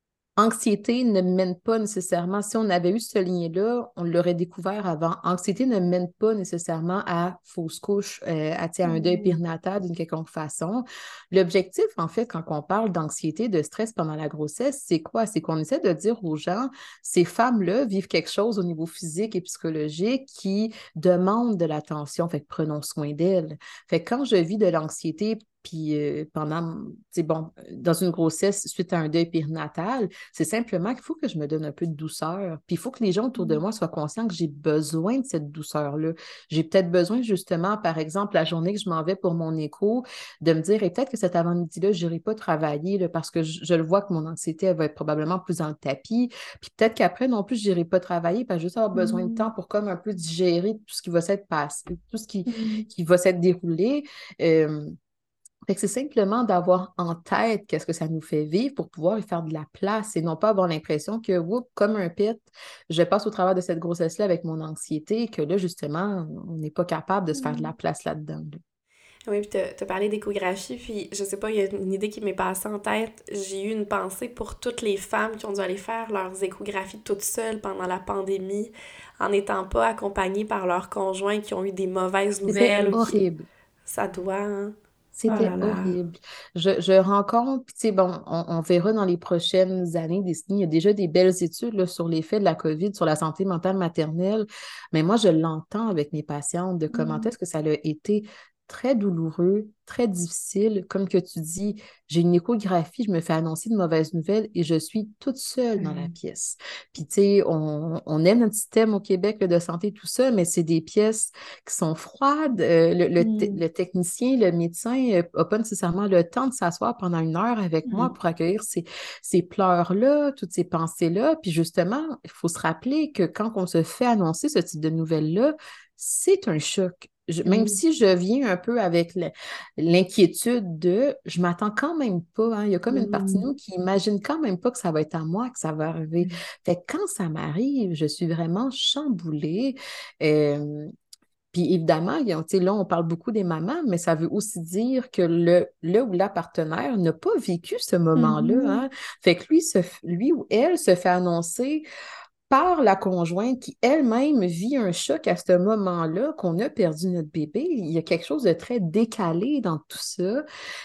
anxiété ne mène pas nécessairement, si on avait eu ce lien-là, on l'aurait découvert avant. Anxiété ne mène pas nécessairement à fausse couche, euh, à, tu sais, à un deuil Mm. périnatal d'une quelconque façon. L'objectif, en fait, quand on parle d'anxiété, de stress pendant la grossesse, c'est quoi? C'est qu'on essaie de dire aux gens, ces femmes-là vivent quelque chose au niveau physique et psychologique qui demande de l'attention, fait que prenons soin d'elles. Fait que quand je vis de l'anxiété, puis euh, pendant, tu sais, bon, dans une grossesse suite à un deuil périnatal, c'est simplement qu'il faut que je me donne un peu de douceur. Puis il faut que les gens autour de moi soient conscients que j'ai besoin de cette douceur-là. J'ai peut-être besoin justement, par exemple, la journée que je m'en vais pour mon écho, de me dire, et peut-être que cet avant-midi-là, je n'irai pas travailler là, parce que je, je le vois que mon anxiété, elle va être probablement plus dans le tapis. Puis peut-être qu'après, non plus, je n'irai pas travailler parce que je vais juste avoir besoin de temps Mm. pour comme un peu digérer tout ce qui va s'être passé, tout ce qui, Mm. qui va s'être déroulé. Euh, fait que c'est simplement d'avoir en tête qu'est-ce que ça nous fait vivre pour pouvoir y faire de la place et non pas avoir l'impression que, whoop, comme un pit, je passe au travers de cette grossesse-là avec mon anxiété et que là, justement, on n'est pas capable de se faire de la Mm. place là-dedans. Là. Oui, puis t'as, t'as parlé d'échographie, puis je sais pas, il y a une idée qui m'est passée en tête. J'ai eu une pensée pour toutes les femmes qui ont dû aller faire leurs échographies toutes seules pendant la pandémie, en n'étant pas accompagnées par leurs conjoints qui ont eu des mauvaises C'était nouvelles ou qui... horrible. Ça doit, hein? Oh là C'était là. horrible. Je, je rencontre, puis tu sais, bon, on, on verra dans les prochaines années, des, il y a déjà des belles études là, sur l'effet de la COVID sur la santé mentale maternelle, mais moi, je l'entends avec mes patientes de comment Mm. est-ce que ça a été très douloureux, très difficile. Comme que tu dis, j'ai une échographie, je me fais annoncer de mauvaises nouvelles et je suis toute seule dans la Ouais. pièce. Puis, tu sais, on, on aime notre système au Québec là, de santé, tout ça, mais c'est des pièces qui sont froides. Euh, le, le, te- Mm. le technicien, le médecin n'a pas nécessairement le temps de s'asseoir pendant une heure avec moi Mm. pour accueillir ces, ces pleurs-là, toutes ces pensées-là. Puis justement, il faut se rappeler que quand on se fait annoncer ce type de nouvelles-là, c'est un choc. Je- même Oui. si je viens un peu avec le- l'inquiétude de, je m'attends quand même pas, hein. Il y a comme une partie de Mm. nous qui imagine quand même pas que ça va être à moi, que ça va arriver. Fait que quand ça m'arrive, je suis vraiment chamboulée. Euh, puis évidemment, il y a- tu sais, là, on parle beaucoup des mamans, mais ça veut aussi dire que le, le ou la partenaire n'a pas vécu ce moment-là, Mhm. hein. Fait que lui, se, f- lui ou elle se fait annoncer par la conjointe qui elle-même vit un choc à ce moment-là, qu'on a perdu notre bébé. Il y a quelque chose de très décalé dans tout ça.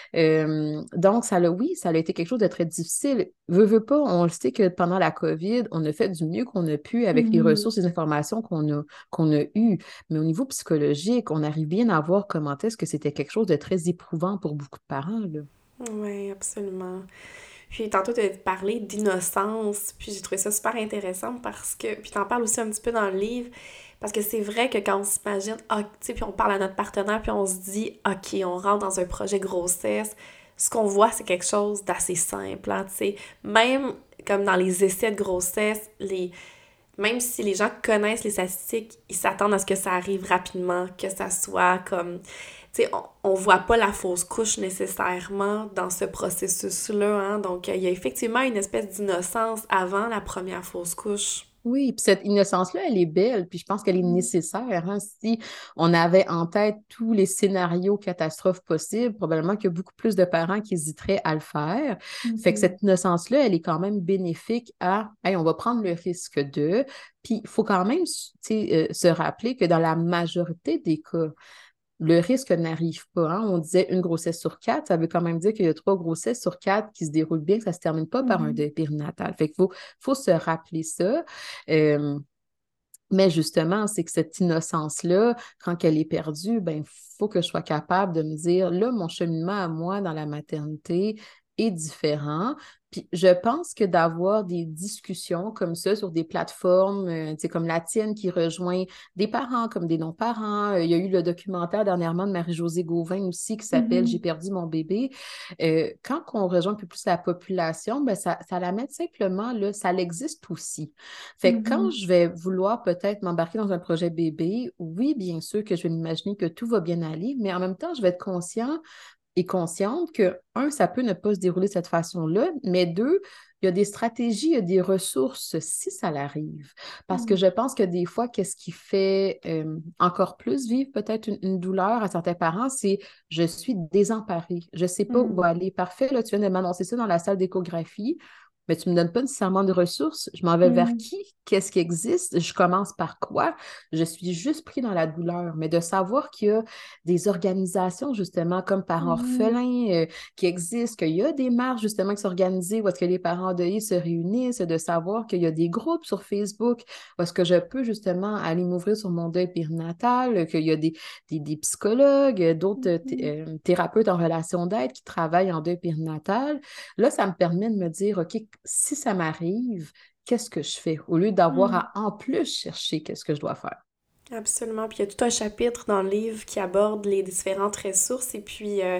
Euh, donc, ça l'a, oui, ça a été quelque chose de très difficile. Veux, veux pas, on le sait que pendant la COVID, on a fait du mieux qu'on a pu avec les Mhm. ressources et les informations qu'on a, qu'on a eues. Mais au niveau psychologique, on arrive bien à voir comment est-ce que c'était quelque chose de très éprouvant pour beaucoup de parents, là. Oui, absolument. Puis tantôt, tu as parlé d'innocence, puis j'ai trouvé ça super intéressant parce que, puis t'en parles aussi un petit peu dans le livre, parce que c'est vrai que quand on s'imagine, ah, tu sais, puis on parle à notre partenaire, puis on se dit, OK, on rentre dans un projet grossesse, ce qu'on voit, c'est quelque chose d'assez simple, hein, tu sais. Même comme dans les essais de grossesse, les... même si les gens connaissent les statistiques, ils s'attendent à ce que ça arrive rapidement, que ça soit comme tu sais, on, on voit pas la fausse couche nécessairement dans ce processus-là, hein. Donc, il y a effectivement une espèce d'innocence avant la première fausse couche. Oui, puis cette innocence-là, elle est belle, puis je pense qu'elle est Mm. nécessaire, hein. Si on avait en tête tous les scénarios catastrophes possibles, probablement qu'il y a beaucoup plus de parents qui hésiteraient à le faire. Fait que Mhm. cette innocence-là, elle est quand même bénéfique à, hey, on va prendre le risque de, puis il faut quand même, tu sais, euh, se rappeler que dans la majorité des cas, le risque n'arrive pas, hein. On disait une grossesse sur quatre, ça veut quand même dire qu'il y a trois grossesses sur quatre qui se déroulent bien, que ça ne se termine pas par un Mhm. deuil périnatal. Fait qu'il faut, faut se rappeler ça. Euh, mais justement, c'est que cette innocence-là, quand elle est perdue, ben, il faut que je sois capable de me dire, là, mon cheminement à moi dans la maternité, est différent. Puis je pense que d'avoir des discussions comme ça sur des plateformes, euh, tu sais, comme la tienne qui rejoint des parents comme des non-parents. Euh, il y a eu le documentaire dernièrement de Marie-Josée Gauvin aussi qui s'appelle J'ai Mhm. perdu mon bébé. Euh, quand on rejoint un peu plus la population, ben ça, ça l'amène simplement, là, ça l'existe aussi. Fait que quand Mhm. je vais vouloir peut-être m'embarquer dans un projet bébé, oui, bien sûr que je vais m'imaginer que tout va bien aller, mais en même temps, je vais être conscient et consciente que, un, ça peut ne pas se dérouler de cette façon-là, mais deux, il y a des stratégies, il y a des ressources si ça l'arrive. Parce que Mhm. je pense que des fois, qu'est-ce qui fait euh, encore plus vivre peut-être une, une douleur à certains parents, c'est je suis désemparée, je ne sais pas où Mhm. aller. Parfait, là, tu viens de m'annoncer ça dans la salle d'échographie, mais tu ne me donnes pas nécessairement de ressources. Je m'en vais vers Mhm. qui? Qu'est-ce qui existe? Je commence par quoi? Je suis juste pris dans la douleur. Mais de savoir qu'il y a des organisations, justement, comme Parents Mhm. orphelins, euh, qui existent, qu'il y a des marches, justement, qui sont organisées où est-ce que les parents endeuillés se réunissent, de savoir qu'il y a des groupes sur Facebook où est-ce que je peux, justement, aller m'ouvrir sur mon deuil périnatal, qu'il y a des, des, des psychologues, d'autres euh, Mhm. euh, thérapeutes en relation d'aide qui travaillent en deuil périnatal. Là, ça me permet de me dire, OK, si ça m'arrive, qu'est-ce que je fais? Au lieu d'avoir Mhm. à en plus chercher qu'est-ce que je dois faire. Absolument. Puis il y a tout un chapitre dans le livre qui aborde les différentes ressources. Et puis, euh,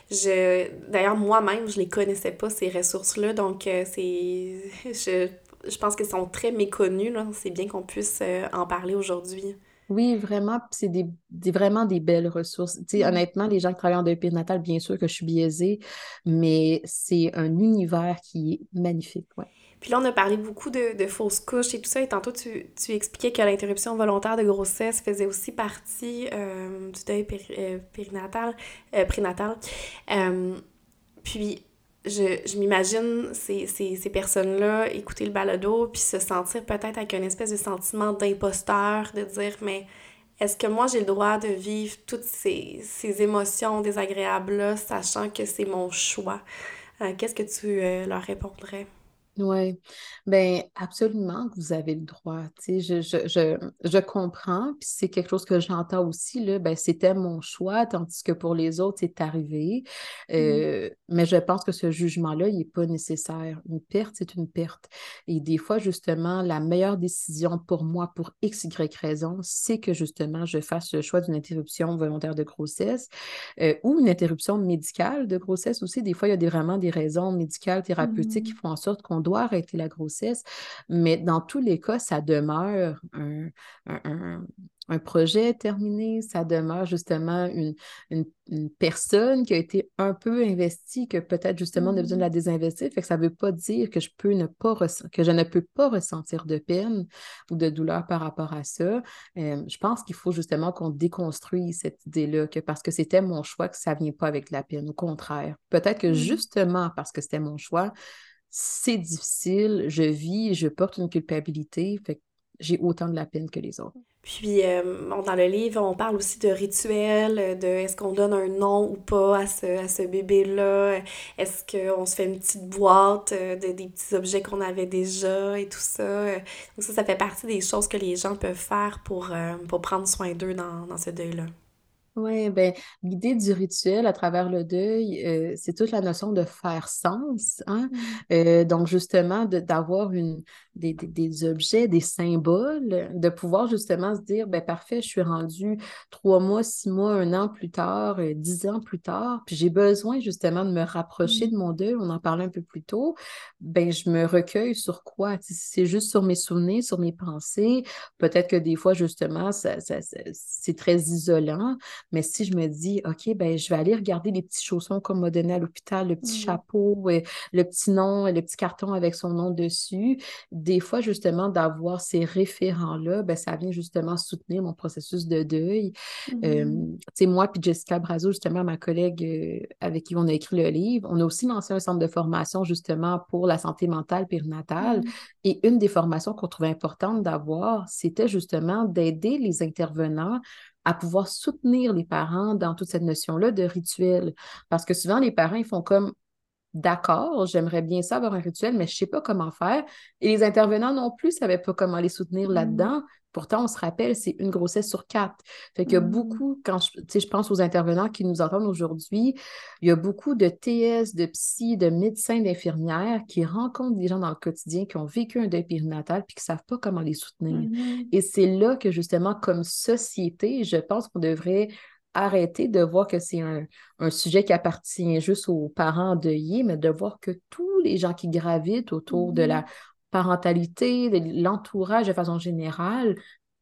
je, d'ailleurs, moi-même, je les connaissais pas, ces ressources-là. Donc, euh, c'est, je, je pense qu'elles sont très méconnues, là. C'est bien qu'on puisse euh, en parler aujourd'hui. Oui, vraiment, puis c'est des, des- vraiment des belles ressources. Tu sais, Mm. honnêtement, les gens qui travaillent en deuil périnatal, bien sûr que je suis biaisée, mais c'est un univers qui est magnifique, ouais. Puis là, on a parlé beaucoup de, de fausses couches et tout ça. Et tantôt, tu, tu expliquais que l'interruption volontaire de grossesse faisait aussi partie euh, du deuil péri- euh, périnatal, euh, prénatal. Euh, Puis, je, je m'imagine ces, ces, ces personnes-là écouter le balado puis se sentir peut-être avec une espèce de sentiment d'imposteur, de dire, mais est-ce que moi j'ai le droit de vivre toutes ces, ces émotions désagréables-là, sachant que c'est mon choix? Euh, qu'est-ce que tu euh, leur répondrais? Oui, ben absolument que vous avez le droit. Tu sais, je, je, je, je comprends, puis c'est quelque chose que j'entends aussi, là, ben c'était mon choix, tandis que pour les autres, c'est arrivé. Mhm. Euh, mais je pense que ce jugement-là, il n'est pas nécessaire. Une perte, c'est une perte. Et des fois, justement, la meilleure décision pour moi, pour X, Y raison, c'est que justement, je fasse le choix d'une interruption volontaire de grossesse euh, ou une interruption médicale de grossesse aussi. Des fois, il y a des, vraiment des raisons médicales, thérapeutiques qui Mhm. font en sorte qu'on doit arrêter la grossesse. Mais dans tous les cas, ça demeure un, un, un- un projet terminé, ça demeure justement une, une, une personne qui a été un peu investie, que peut-être justement on a besoin de Mhm. la désinvestir. Fait que ça ne veut pas dire que je peux ne pas ress- que je ne peux pas ressentir de peine ou de douleur par rapport à ça. Euh, je pense qu'il faut justement qu'on déconstruise cette idée-là, que parce que c'était mon choix, que ça ne vient pas avec la peine. Au contraire, peut-être que Mhm. justement parce que c'était mon choix, c'est difficile, je vis, je porte une culpabilité, fait que j'ai autant de la peine que les autres. Puis, euh, bon, dans le livre, on parle aussi de rituels, de est-ce qu'on donne un nom ou pas à ce, à ce bébé-là, est-ce qu'on se fait une petite boîte euh, de, des petits objets qu'on avait déjà et tout ça. Donc ça, ça fait partie des choses que les gens peuvent faire pour, euh, pour prendre soin d'eux dans, dans ce deuil-là. Oui, ben, l'idée du rituel à travers le deuil, euh, c'est toute la notion de faire sens, hein? Mm. Euh, donc, justement, de- d'avoir une, des, des, des objets, des symboles, de pouvoir justement se dire, ben, parfait, je suis rendue trois mois, six mois, un an plus tard, euh, dix ans plus tard, puis j'ai besoin justement de me rapprocher de Mm. mon deuil, on en parlait un peu plus tôt, ben, je me recueille sur quoi? Tu sais, si c'est juste sur mes souvenirs, sur mes pensées, peut-être que des fois, justement, ça, ça- ça- c'est très isolant. Mais si je me dis, OK, ben, je vais aller regarder les petits chaussons qu'on m'a donné à l'hôpital, le petit Mm. chapeau, euh, le petit nom, le petit carton avec son nom dessus, des fois, justement, d'avoir ces référents-là, ben, ça vient justement soutenir mon processus de deuil. Euh, Mm. tu sais, moi, puis Jessica Brazo, justement, ma collègue euh, avec qui on a écrit le livre, on a aussi lancé un centre de formation, justement, pour la santé mentale périnatale. Mm. Et une des formations qu'on trouvait importante d'avoir, c'était justement d'aider les intervenants à pouvoir soutenir les parents dans toute cette notion-là de rituel. Parce que souvent, les parents, ils font comme d'accord, j'aimerais bien ça avoir un rituel, mais je ne sais pas comment faire. Et les intervenants non plus ne savaient pas comment les soutenir Mhm. là-dedans. Pourtant, on se rappelle, c'est une grossesse sur quatre. Fait qu'il y a Mhm. beaucoup, quand je, tu sais, je pense aux intervenants qui nous entendent aujourd'hui, il y a beaucoup de T S, de psy, de médecins, d'infirmières qui rencontrent des gens dans le quotidien qui ont vécu un deuil périnatal puis qui ne savent pas comment les soutenir. Mhm. Et c'est là que, justement, comme société, je pense qu'on devrait arrêter de voir que c'est un, un sujet qui appartient juste aux parents endeuillés, mais de voir que tous les gens qui gravitent autour de la Mhm. parentalité, de l'entourage de façon générale,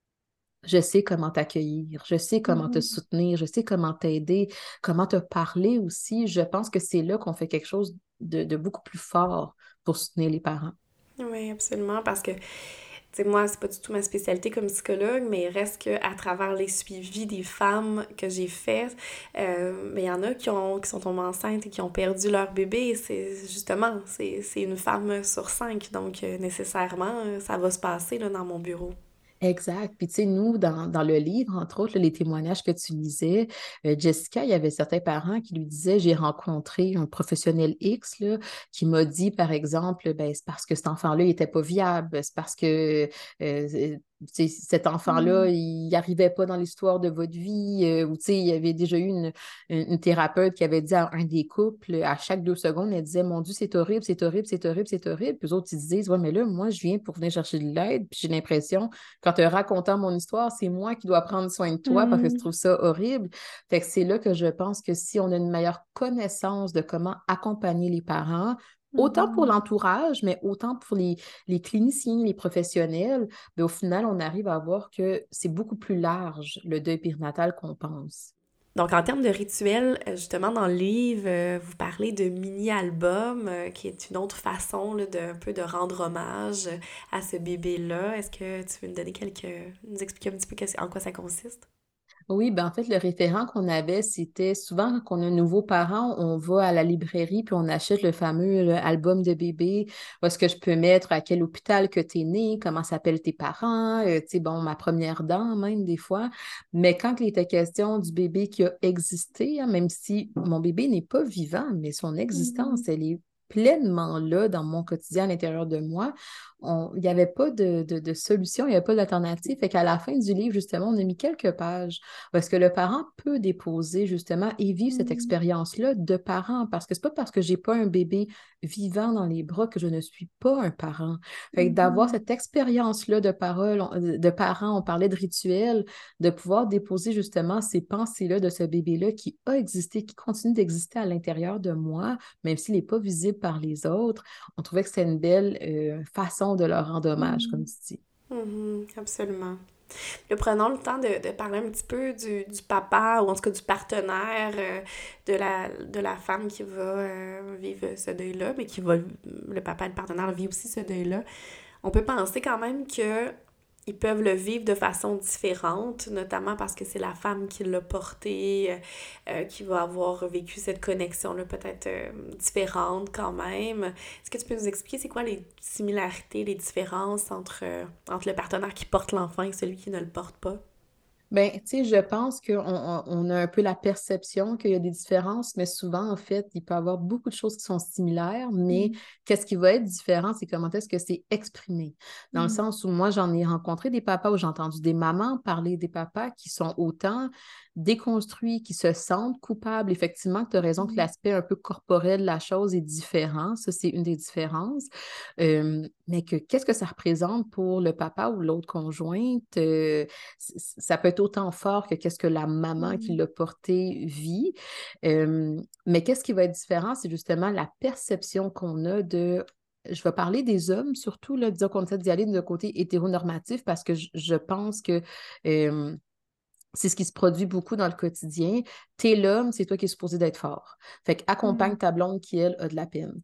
je sais comment t'accueillir, je sais comment te Mhm. soutenir, je sais comment t'aider, comment te parler aussi. Je pense que c'est là qu'on fait quelque chose de, de beaucoup plus fort pour soutenir les parents. Oui, absolument, parce que, tu sais, moi, c'est pas du tout ma spécialité comme psychologue, mais il reste que à travers les suivis des femmes que j'ai fait, euh, mais il y en a qui ont qui sont tombées enceintes et qui ont perdu leur bébé. Et c'est justement, c'est c'est une femme sur cinq, donc euh, nécessairement, euh, ça va se passer là, dans mon bureau. Exact. Puis, tu sais, nous, dans, dans le livre, entre autres, là, les témoignages que tu lisais, euh, Jessica, il y avait certains parents qui lui disaient, j'ai rencontré un professionnel X là, qui m'a dit, par exemple, ben, c'est parce que cet enfant-là, il n'était pas viable, c'est parce que euh, tu sais, cet enfant-là, Mhm. il n'arrivait pas dans l'histoire de votre vie, euh, ou tu sais, il y avait déjà eu une, une, une thérapeute qui avait dit à un des couples, à chaque deux secondes, elle disait, mon Dieu, c'est horrible, c'est horrible, c'est horrible, c'est horrible. Puis eux autres, ils se disent, ouais, mais là, moi, je viens pour venir chercher de l'aide, puis j'ai l'impression qu'en te racontant mon histoire, c'est moi qui dois prendre soin de toi parce que je Mhm. trouve ça horrible. Fait que c'est là que je pense que si on a une meilleure connaissance de comment accompagner les parents, autant pour Mhm. l'entourage, mais autant pour les, les cliniciens, les professionnels, ben, au final, on arrive à voir que c'est beaucoup plus large, le deuil périnatal qu'on pense. Donc, en termes de rituels, euh, justement, dans le livre, euh, vous parlez de mini-albums, euh, qui est une autre façon là, de, un peu de rendre hommage à ce bébé-là. Est-ce que tu veux nous donner quelques... nous expliquer un petit peu qu'est-ce- en quoi ça consiste? Oui, ben en fait, le référent qu'on avait, c'était souvent quand on a un nouveau parent, on va à la librairie puis on achète le fameux là, album de bébé. Où est-ce que je peux mettre à quel hôpital que tu es né, comment s'appellent tes parents, euh, tu sais, bon, ma première dent même des fois. Mais quand il était question du bébé qui a existé, hein, même si mon bébé n'est pas vivant, mais son existence, Mhm. elle est pleinement là dans mon quotidien à l'intérieur de moi. On- Il n'y avait pas de, de, de solution, il n'y avait pas d'alternative. Fait qu'à la fin du livre, justement, on a mis quelques pages parce que le parent peut déposer justement et vivre cette Mhm. expérience-là de parent. Parce que c'est pas parce que j'ai pas un bébé vivant dans les bras que je ne suis pas un parent. Fait que d'avoir Mhm. cette expérience-là de parole, on- de parent, on parlait de rituel, de pouvoir déposer justement ces pensées-là de ce bébé-là qui a existé, qui continue d'exister à l'intérieur de moi, même s'il n'est pas visible par les autres. On trouvait que c'était une belle euh, façon de leur rendre hommage, comme Mhm. tu dis. Mhm. Absolument. Là, prenons le temps de, de parler un petit peu du, du papa, ou en tout cas du partenaire euh, de la, de la femme qui va euh, vivre ce deuil-là, mais qui va, le papa et le partenaire vivent aussi ce deuil-là. On peut penser quand même que ils peuvent le vivre de façon différente, notamment parce que c'est la femme qui l'a porté, euh, euh, qui va avoir vécu cette connexion-là peut-être euh, différente quand même. Est-ce que tu peux nous expliquer c'est quoi les similarités, les différences entre, euh, entre le partenaire qui porte l'enfant et celui qui ne le porte pas? Ben, tu sais, je pense qu'on on, on a un peu la perception qu'il y a des différences, mais souvent, en fait, il peut y avoir beaucoup de choses qui sont similaires, mais Mm. qu'est-ce qui va être différent, c'est comment est-ce que c'est exprimé. Dans le Mhm. sens où moi, j'en ai rencontré des papas, où j'ai entendu des mamans parler des papas qui sont autant déconstruits, qui se sentent coupables. Effectivement, tu as raison que Mhm. l'aspect un peu corporel de la chose est différent. Ça, c'est une des différences. Euh, mais que qu'est-ce que ça représente pour le papa ou l'autre conjointe? Euh, c- ça peut être autant fort que qu'est-ce que la maman qui Mhm. l'a porté vit. Euh, mais qu'est-ce qui va être différent, c'est justement la perception qu'on a de je vais parler des hommes, surtout, là, disons qu'on essaie d'y aller d'un côté hétéronormatif parce que je, je pense que euh, c'est ce qui se produit beaucoup dans le quotidien. T'es l'homme, c'est toi qui es supposé d'être fort. Fait qu'accompagne Mhm. ta blonde qui, elle, a de la peine.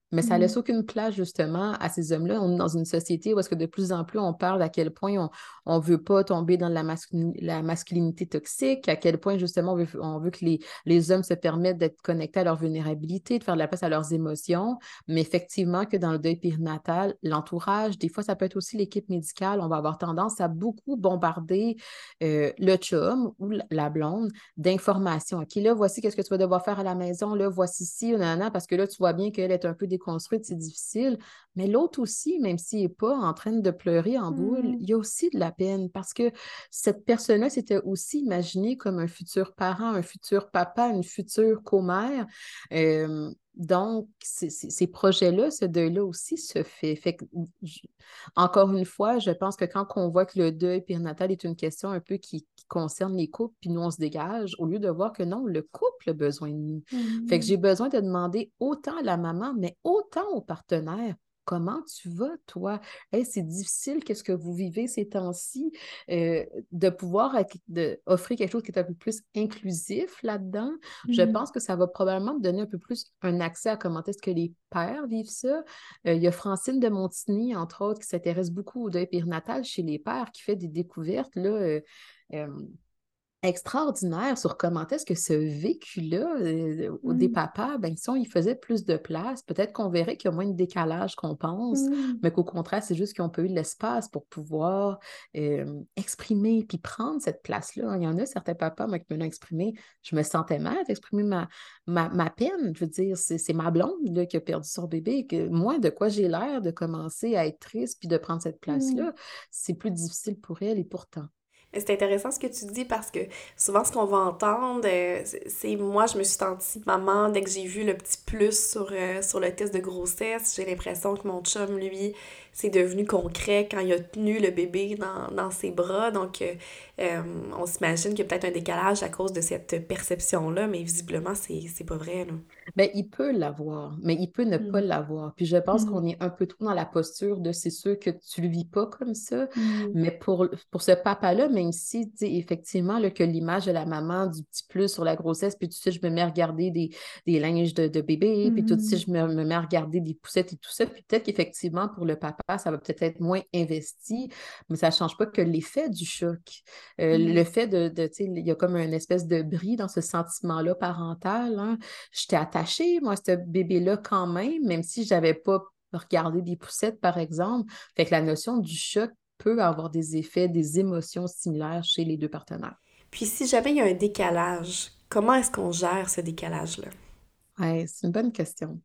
Mais ça laisse Mhm. aucune place, justement, à ces hommes-là. On est dans une société où est-ce que de plus en plus, on parle à quel point on ne veut pas tomber dans la, masculin- la masculinité toxique, à quel point, justement, on veut, on veut que les, les hommes se permettent d'être connectés à leur vulnérabilité, de faire de la place à leurs émotions. Mais effectivement, que dans le deuil périnatal, l'entourage, des fois, ça peut être aussi l'équipe médicale. On va avoir tendance à beaucoup bombarder euh, le chum ou la blonde d'informations. OK, là, voici qu'est-ce que tu vas devoir faire à la maison. Là, voici ci, nanana, parce que là, tu vois bien qu'elle est un peu déconstruite, c'est difficile. Mais l'autre aussi, même s'il n'est pas en train de pleurer en boule, Mhm. il y a aussi de la peine parce que cette personne-là s'était aussi imaginée comme un futur parent, un futur papa, une future commère. Euh, donc, c- c- ces projets-là, ce deuil-là aussi se fait. Fait que, je- encore une fois, je pense que quand on voit que le deuil périnatal est une question un peu qui, qui concerne les couples, puis nous, on se dégage, au lieu de voir que non, le couple a besoin de nous. Fait que Mhm. j'ai besoin de demander autant à la maman, mais autant au partenaire. Comment tu vas, toi? Hey, c'est difficile, qu'est-ce que vous vivez ces temps-ci? Euh, de pouvoir ac- de, offrir quelque chose qui est un peu plus inclusif là-dedans, je Mhm. pense que ça va probablement te donner un peu plus un accès à comment est-ce que les pères vivent ça. Euh, il y a Francine de Montigny, entre autres, qui s'intéresse beaucoup au deuil périnatal chez les pères, qui fait des découvertes là, euh, euh, extraordinaire sur comment est-ce que ce vécu-là euh, des Mhm. papas, ben, si on y faisait plus de place, peut-être qu'on verrait qu'il y a moins de décalage qu'on pense, Mhm. mais qu'au contraire, c'est juste qu'ils n'ont pas eu l'espace pour pouvoir euh, exprimer puis prendre cette place-là. Il y en a certains papas, moi, qui me l'ont exprimé, je me sentais mal d'exprimer ma, ma, ma peine. Je veux dire, c'est, c'est ma blonde là, qui a perdu son bébé. Que moi, de quoi j'ai l'air de commencer à être triste puis de prendre cette Mhm. place-là, c'est plus difficile pour elle et pourtant. Mais c'est intéressant ce que tu dis parce que souvent ce qu'on va entendre, euh, c'est c'est- moi je me suis sentie maman dès que j'ai vu le petit plus sur, euh, sur le test de grossesse. J'ai l'impression que mon chum, lui, c'est devenu concret quand il a tenu le bébé dans, dans ses bras. Donc euh, euh, on s'imagine qu'il y a peut-être un décalage à cause de cette perception-là, mais visiblement c'est c'est pas vrai, là. Ben, il peut l'avoir, mais il peut ne pas Mhm. l'avoir. Puis je pense Mhm. qu'on est un peu trop dans la posture de c'est sûr que tu le vis pas comme ça, Mhm. mais pour, pour ce papa-là, même si, tu sais, effectivement, là, que l'image de la maman du petit plus sur la grossesse, puis tu sais, je me mets à regarder des, des linges de, de bébé, puis tout de suite, Mhm. je me, me mets à regarder des poussettes et tout ça, puis peut-être qu'effectivement, pour le papa, ça va peut-être être moins investi, mais ça change pas que l'effet du choc, euh, le Mhm. fait de, de tu sais, il y a comme une espèce de bris dans ce sentiment-là parental, hein. J'étais attachée, moi, à ce bébé-là quand même, même si je n'avais pas regardé des poussettes, par exemple. Fait que la notion du choc peut avoir des effets, des émotions similaires chez les deux partenaires. Puis si jamais il y a un décalage, comment est-ce qu'on gère ce décalage-là? Ouais, c'est une bonne question.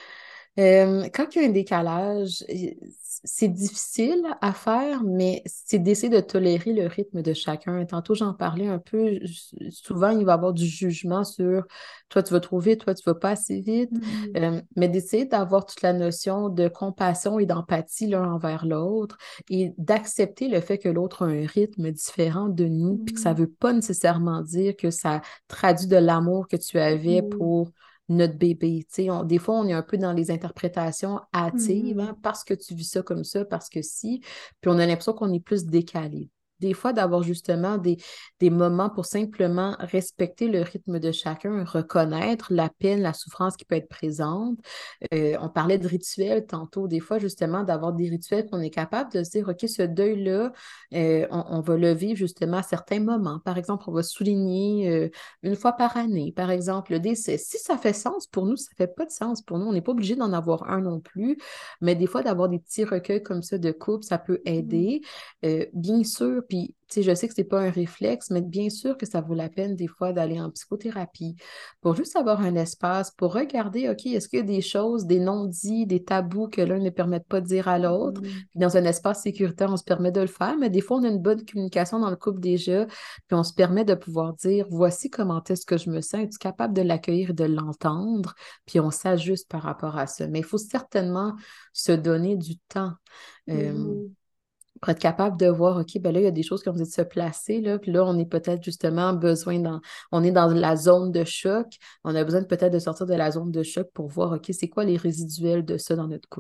Euh, quand il y a un décalage, euh, c'est difficile à faire, mais c'est d'essayer de tolérer le rythme de chacun. Tantôt, j'en parlais un peu. j- Souvent, il va y avoir du jugement sur toi, tu vas trop vite, toi, tu vas pas assez vite. Mhm. Euh, mais d'essayer d'avoir toute la notion de compassion et d'empathie l'un envers l'autre et d'accepter le fait que l'autre a un rythme différent de nous, puis que ça Mhm. veut pas nécessairement dire que ça traduit de l'amour que tu avais Mhm. pour notre bébé. Tu sais, on- des fois, on est un peu dans les interprétations hâtives, Mhm. hein, parce que tu vis ça comme ça, parce que si, puis on a l'impression qu'on est plus décalé. Des fois, d'avoir justement des, des moments pour simplement respecter le rythme de chacun, reconnaître la peine, la souffrance qui peut être présente. Euh, on parlait de rituels tantôt, des fois, justement, d'avoir des rituels qu'on est capable de se dire, OK, ce deuil-là, euh, on, on va le vivre justement à certains moments. Par exemple, on va souligner euh, une fois par année, par exemple, le décès. Si ça fait sens pour nous, ça ne fait pas de sens pour nous. On n'est pas obligé d'en avoir un non plus, mais des fois, d'avoir des petits recueils comme ça de couple, ça peut Mhm. aider. Euh, bien sûr, puis tu sais, je sais que ce n'est pas un réflexe, mais bien sûr que ça vaut la peine des fois d'aller en psychothérapie pour juste avoir un espace, pour regarder, OK, est-ce qu'il y a des choses, des non-dits, des tabous que l'un ne permet pas de dire à l'autre? Mhm. Puis dans un espace sécuritaire, on se permet de le faire, mais des fois, on a une bonne communication dans le couple déjà, puis on se permet de pouvoir dire, voici comment est-ce que je me sens, es-tu capable de l'accueillir et de l'entendre? Puis on s'ajuste par rapport à ça. Mais il faut certainement se donner du temps. Euh, Mhm. pour être capable de voir, OK, ben là, il y a des choses qui ont besoin de se placer, là, puis là, on est peut-être justement besoin dans, on est dans la zone de choc, on a besoin peut-être de sortir de la zone de choc pour voir, OK, c'est quoi les résiduels de ça dans notre couple.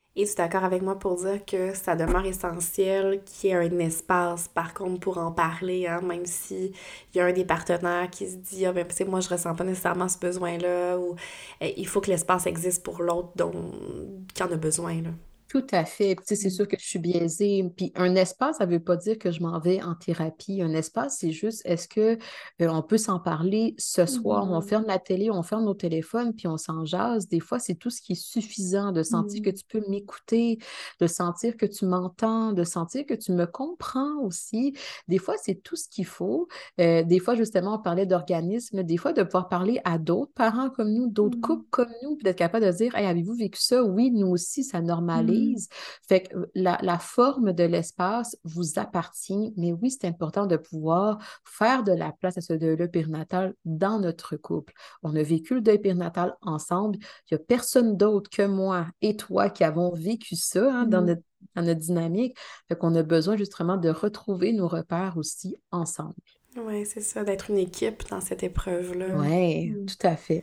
Es-tu d'accord avec moi pour dire que ça demeure essentiel qu'il y ait un espace, par contre, pour en parler, hein, même si il y a un des partenaires qui se dit, ah ben, tu sais, moi, je ressens pas nécessairement ce besoin-là, ou eh, il faut que l'espace existe pour l'autre dont, qui en a besoin, là. Tout à fait. Puis, tu sais, c'est Mm. sûr que je suis biaisée. Puis un espace, ça ne veut pas dire que je m'en vais en thérapie. Un espace, c'est juste, est-ce que euh, on peut s'en parler ce soir? On Mhm. ferme la télé, on ferme nos téléphones, puis on s'en jase. Des fois, c'est tout ce qui est suffisant de sentir que Mm. tu peux m'écouter, de sentir que tu m'entends, de sentir que tu me comprends aussi. Des fois, c'est tout ce qu'il faut. Euh, des fois, justement, on parlait d'organismes. Des fois, de pouvoir parler à d'autres parents comme nous, d'autres couples Mm. comme nous, puis d'être capable de dire, hey, avez-vous vécu ça? Oui, nous aussi, ça normalise. Mm. Fait que euh, la, la forme de l'espace vous appartient, mais oui, c'est important de pouvoir faire de la place à ce deuil-là périnatal dans notre couple. On a vécu le deuil périnatal ensemble. Il n'y a personne d'autre que moi et toi qui avons vécu ça hein, dans Mm. notre, dans notre dynamique. Fait qu'on a besoin justement de retrouver nos repères aussi ensemble. Ouais, c'est ça, d'être une équipe dans cette épreuve-là. Oui, Mm. tout à fait.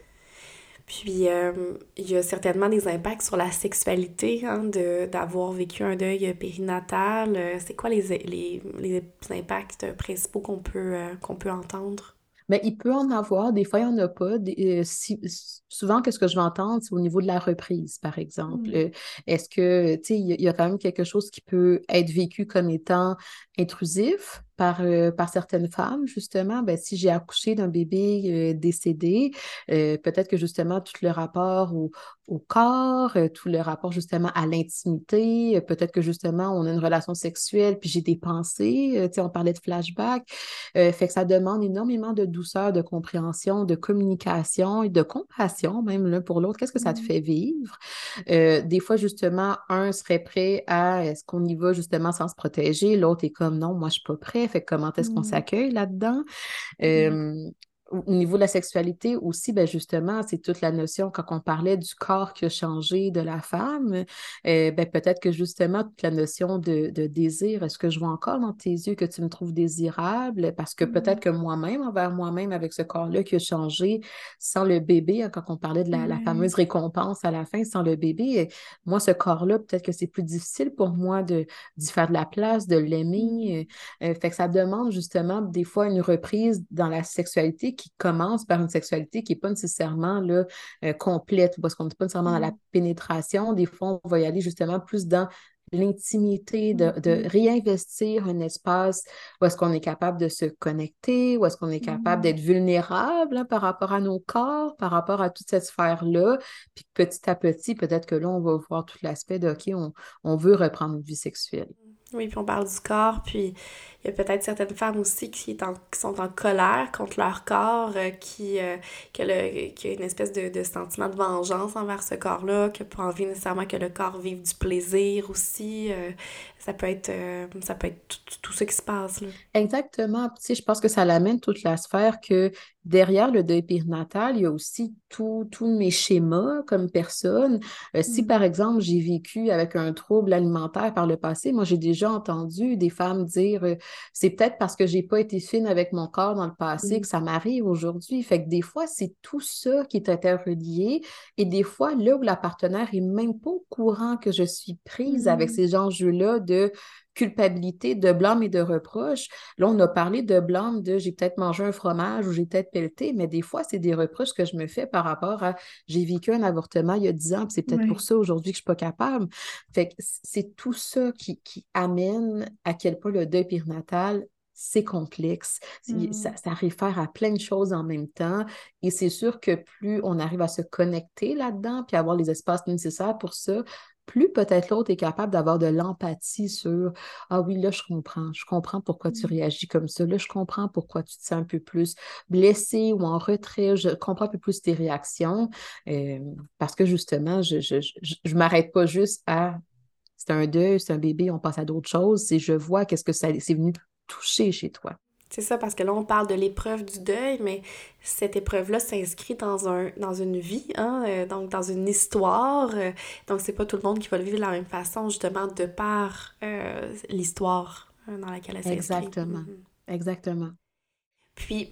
Puis, euh, il y a certainement des impacts sur la sexualité, hein, de, d'avoir vécu un deuil périnatal. Euh, C'est quoi les, les, les impacts principaux qu'on peut, euh, qu'on peut entendre? Mais il peut en avoir, des fois, il n'y en a pas. Des- euh, si- souvent, qu'est-ce que je vais entendre, c'est au niveau de la reprise, par exemple. Mm. Euh, Est-ce que, tu sais, il y, a il y a quand même quelque chose qui peut être vécu comme étant intrusif par, euh, par certaines femmes, justement. Ben, si j'ai accouché d'un bébé euh, décédé, euh, peut-être que justement, tout le rapport au, au corps, euh, tout le rapport justement à l'intimité, euh, peut-être que justement, on a une relation sexuelle, puis j'ai des pensées, euh, tu sais, on parlait de flashback. Euh, fait que ça demande énormément de douceur, de compréhension, de communication et de compassion même l'un pour l'autre. Qu'est-ce que ça te Mm. fait vivre? Euh, des fois, justement, un serait prêt à est-ce qu'on y va justement sans se protéger? L'autre est comme non, moi, je suis pas prêt. Fait que comment est-ce qu'on Mm. s'accueille là-dedans? Mm. Euh, au au niveau de la sexualité aussi, ben justement, c'est toute la notion, quand on parlait du corps qui a changé de la femme, euh, ben peut-être que justement, toute la notion de, de désir, est-ce que je vois encore dans tes yeux que tu me trouves désirable? Parce que peut-être Mm. que moi-même, envers moi-même, avec ce corps-là qui a changé, sans le bébé, hein, quand on parlait de la, la Ouais. fameuse récompense à la fin, sans le bébé, euh, moi, ce corps-là, peut-être que c'est plus difficile pour moi de, d'y faire de la place, de l'aimer. Mm. Euh, fait que ça demande justement des fois une reprise dans la sexualité qui commence par une sexualité qui n'est pas nécessairement là, euh, complète, parce qu'on n'est pas nécessairement dans la Mm. pénétration. Des fois, on va y aller justement plus dans l'intimité, de, de Mhm. réinvestir un espace où est-ce qu'on est capable de se connecter, où est-ce qu'on est capable Mm. d'être vulnérable hein, par rapport à nos corps, par rapport à toute cette sphère-là. Puis petit à petit, peut-être que là, on va voir tout l'aspect de, OK, on, on veut reprendre une vie sexuelle. Oui, puis on parle du corps, puis il y a peut-être certaines femmes aussi qui, est en- qui sont en colère contre leur corps, euh, qui, euh, que le, qui a une espèce de, de sentiment de vengeance envers ce corps-là, qui n'a pas envie nécessairement que le corps vive du plaisir aussi. euh, ça peut être, euh, ça peut être tout, tout, tout ce qui se passe, là. Exactement. Tu sais, je pense que ça l'amène toute la sphère que derrière le deuil périnatal, il y a aussi tout- tous mes schémas comme personne. Euh, si, Mm. par exemple, j'ai vécu avec un trouble alimentaire par le passé, moi, j'ai déjà entendu des femmes dire euh, c'est peut-être parce que j'ai pas été fine avec mon corps dans le passé que Mm. ça m'arrive aujourd'hui. Fait que des fois, c'est tout ça qui est interrelié. Et des fois, là où la partenaire est même pas au courant que je suis prise avec Mm. ces enjeux-là de culpabilité, de blâme et de reproche. Là, on a parlé de blâme, de j'ai peut-être mangé un fromage ou j'ai peut-être pelleté, mais des fois, c'est des reproches que je me fais par rapport à j'ai vécu un avortement il y a dix ans, puis c'est peut-être pour Ouais. ça aujourd'hui que je ne suis pas capable. Fait que c'est tout ça qui, qui amène à quel point le deuil périnatal, c'est complexe. Ça, Mm. ça réfère à plein de choses en même temps. Et c'est sûr que plus on arrive à se connecter là-dedans, puis avoir les espaces nécessaires pour ça, plus peut-être l'autre est capable d'avoir de l'empathie sur ah oui, là, je comprends. Je comprends pourquoi tu Mm. réagis comme ça. Là, je comprends pourquoi tu te sens un peu plus blessé ou en retrait. Je comprends un peu plus tes réactions. Euh, parce que justement, je je, je, je m'arrête pas juste à c'est un deuil, c'est un bébé, on passe à d'autres choses. C'est je vois qu'est-ce que ça c'est venu toucher chez toi. C'est ça, parce que là, on parle de l'épreuve du deuil, mais cette épreuve-là s'inscrit dans un, dans une vie, hein, euh, donc dans une histoire. euh, donc, c'est pas tout le monde qui va le vivre de la même façon, justement, de par euh, l'histoire euh, dans laquelle elle s'inscrit. Exactement. Mhm. Exactement. Puis,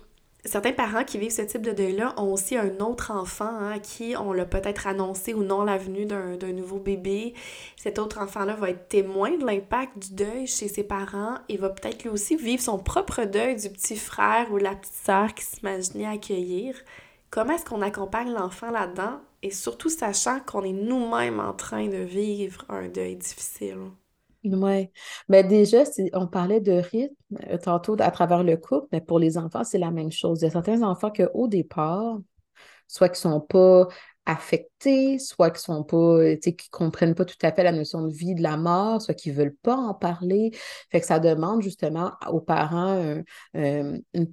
certains parents qui vivent ce type de deuil-là ont aussi un autre enfant hein, à qui on l'a peut-être annoncé ou non la venue d'un, d'un nouveau bébé. Cet autre enfant-là va être témoin de l'impact du deuil chez ses parents et va peut-être lui aussi vivre son propre deuil du petit frère ou de la petite sœur qu'il s'imaginait accueillir. Comment est-ce qu'on accompagne l'enfant là-dedans et surtout sachant qu'on est nous-mêmes en train de vivre un deuil difficile? Oui. Ben déjà, si on parlait de rythme euh, tantôt à travers le couple, mais pour les enfants, c'est la même chose. Il y a certains enfants qu'au départ, soit qui sont pas affectés, soit qui sont pas, euh, tu sais, qui comprennent pas tout à fait la notion de vie, de la mort, soit qui veulent pas en parler. Fait que ça demande justement aux parents un- euh, une,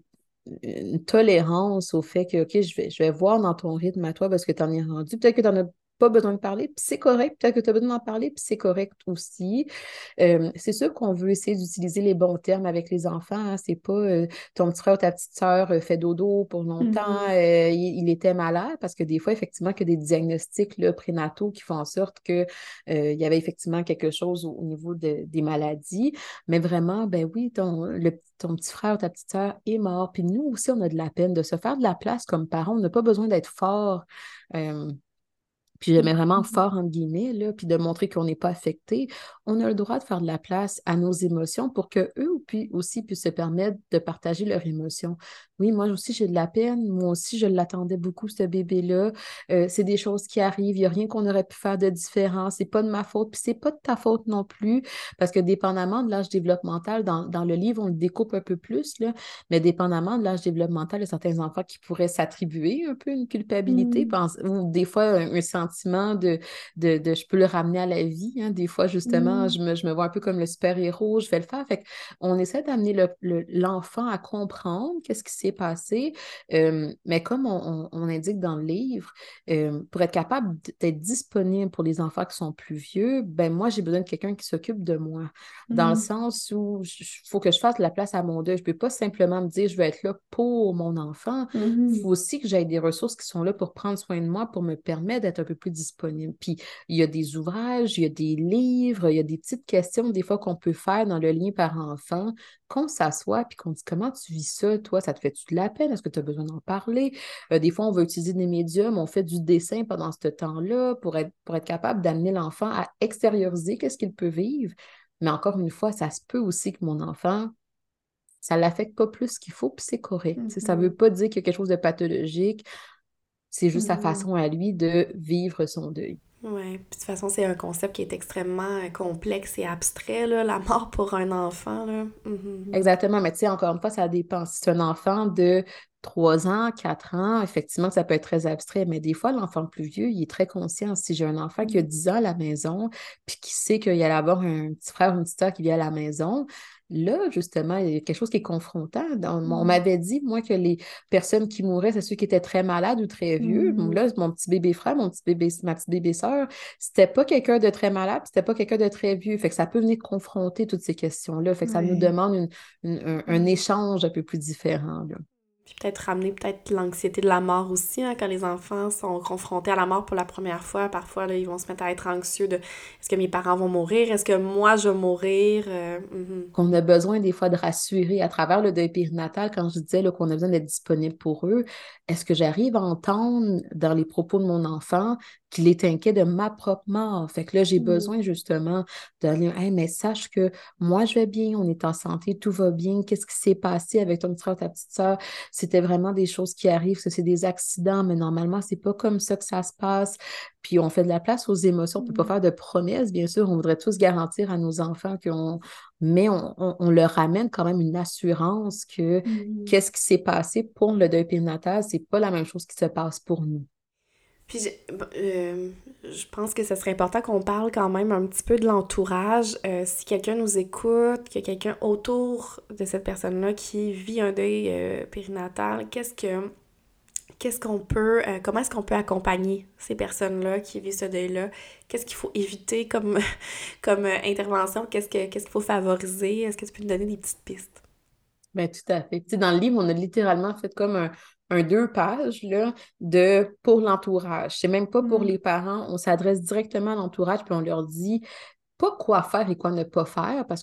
une tolérance au fait que, OK, je vais, je vais voir dans ton rythme à toi parce que tu en es rendu. Peut-être que tu n'en as pas besoin de parler, puis c'est correct. Peut-être que tu as besoin d'en parler, puis c'est correct aussi. Euh, c'est sûr qu'on veut essayer d'utiliser les bons termes avec les enfants. Hein. C'est pas euh, ton petit frère ou ta petite sœur euh, fait dodo pour longtemps, Mhm. euh, il, il était malade, parce que des fois, effectivement, qu'il y a des diagnostics là, prénataux qui font en sorte que, euh, il y avait effectivement quelque chose au, au niveau de- des maladies. Mais vraiment, ben oui, ton, le, ton petit frère ou ta petite sœur est mort. Puis nous aussi, on a de la peine de se faire de la place comme parents. On n'a pas besoin d'être fort. euh, puis j'aimais vraiment fort, entre guillemets, là, puis de montrer qu'on n'est pas affecté. On a le droit de faire de la place à nos émotions pour qu'eux aussi puissent se permettre de partager leurs émotions. Oui, moi aussi, j'ai de la peine. Moi aussi, je l'attendais beaucoup, ce bébé-là. Euh, c'est des choses qui arrivent. Il n'y a rien qu'on aurait pu faire de différent. C'est pas de ma faute, puis c'est pas de ta faute non plus, parce que dépendamment de l'âge développemental, dans, dans le livre, on le découpe un peu plus, là, mais dépendamment de l'âge développemental, il y a certains enfants qui pourraient s'attribuer un peu une culpabilité, Mhm. pense- ou des fois un, un sentiment de, de, de je peux le ramener à la vie. Hein. Des fois, justement, Mhm. je me, je me vois un peu comme le super-héros, je vais le faire. Fait on essaie d'amener le- le- l'enfant à comprendre qu'est-ce qui s'est passé. Euh, mais comme on, on- on indique dans le livre, euh, pour être capable d'être disponible pour les enfants qui sont plus vieux, ben moi, j'ai besoin de quelqu'un qui s'occupe de moi. Dans le Mhm. sens où il faut que je fasse de la place à mon deuil. Je ne peux pas simplement me dire je vais être là pour mon enfant. Il Mhm. faut aussi que j'aie des ressources qui sont là pour prendre soin de moi, pour me permettre d'être un peu plus disponible. Puis, il y a des ouvrages, il y a des livres, il y a des petites questions, des fois, qu'on peut faire dans le lien parent-enfant, qu'on s'assoit puis qu'on dit comment tu vis ça, toi, ça te fait-tu de la peine? Est-ce que tu as besoin d'en parler? Euh, des fois, on va utiliser des médiums, on fait du dessin pendant ce temps-là pour être, pour être capable d'amener l'enfant à extérioriser qu'est-ce qu'il peut vivre. Mais encore une fois, ça se peut aussi que mon enfant ça ne l'affecte pas plus qu'il faut, puis c'est correct. Tu sais, ça ne veut Mhm. pas dire qu'il y a quelque chose de pathologique, c'est juste sa Mhm. façon à lui de vivre son deuil. Ouais, puis de toute façon, c'est un concept qui est extrêmement euh, complexe et abstrait, là, la mort pour un enfant, là. Mhm. Exactement, mais tu sais, encore une fois, ça dépend. Si c'est un enfant de trois ans, quatre ans, effectivement, ça peut être très abstrait, mais des fois, l'enfant le plus vieux, il est très conscient. Si j'ai un enfant qui a Mhm. dix ans à la maison, puis qui sait qu'il y allait avoir un petit frère ou une petite sœur qui vient à la maison, là, justement, il y a quelque chose qui est confrontant. Donc, on Mhm. m'avait dit, moi, que les personnes qui mouraient, c'est ceux qui étaient très malades ou très vieux. Mhm. Là, mon petit bébé frère, mon petit bébé, ma petite bébé sœur, c'était pas quelqu'un de très malade, puis c'était pas quelqu'un de très vieux. Fait que ça peut venir confronter toutes ces questions-là. Fait que ça nous Ouais. demande une une- un, un Mhm. échange un peu plus différent, là. Puis peut-être ramener peut-être l'anxiété de la mort aussi, hein, quand les enfants sont confrontés à la mort pour la première fois. Parfois, là, ils vont se mettre à être anxieux de est-ce que mes parents vont mourir? Est-ce que moi, je vais mourir? Euh, mhm. Qu'on a besoin des fois de rassurer à travers le deuil périnatal, quand je disais là, qu'on a besoin d'être disponible pour eux, est-ce que j'arrive à entendre dans les propos de mon enfant qu'il est inquiet de ma propre mort? Fait que là, j'ai Mhm. besoin justement de dire, hey, mais sache que moi, je vais bien, on est en santé, tout va bien. Qu'est-ce qui s'est passé avec ton petit frère, ta petite sœur? C'était vraiment des choses qui arrivent, ça, c'est des accidents, mais normalement, c'est pas comme ça que ça se passe. Puis on fait de la place aux émotions, on ne peut pas Mhm. faire de promesses, bien sûr. On voudrait tous garantir à nos enfants qu'on mais on, on- on leur ramène quand même une assurance que Mhm. qu'est-ce qui s'est passé pour le deuil périnatal, c'est pas la même chose qui se passe pour nous. Puis je, euh, je pense que ce serait important qu'on parle quand même un petit peu de l'entourage. Euh, si quelqu'un nous écoute, qu'il y a quelqu'un autour de cette personne-là qui vit un deuil euh, périnatal, qu'est-ce que qu'est-ce qu'on peut, euh, comment est-ce qu'on peut accompagner ces personnes-là qui vivent ce deuil-là? Qu'est-ce qu'il faut éviter comme, comme euh, intervention? Qu'est-ce que, qu'est-ce qu'il faut favoriser? Est-ce que tu peux nous donner des petites pistes? Ben, tout à fait. Tu sais, dans le livre, on a littéralement fait comme un, un deux pages là, de pour l'entourage. C'est même pas pour Mm. les parents. On s'adresse directement à l'entourage, puis on leur dit pas quoi faire et quoi ne pas faire, parce que je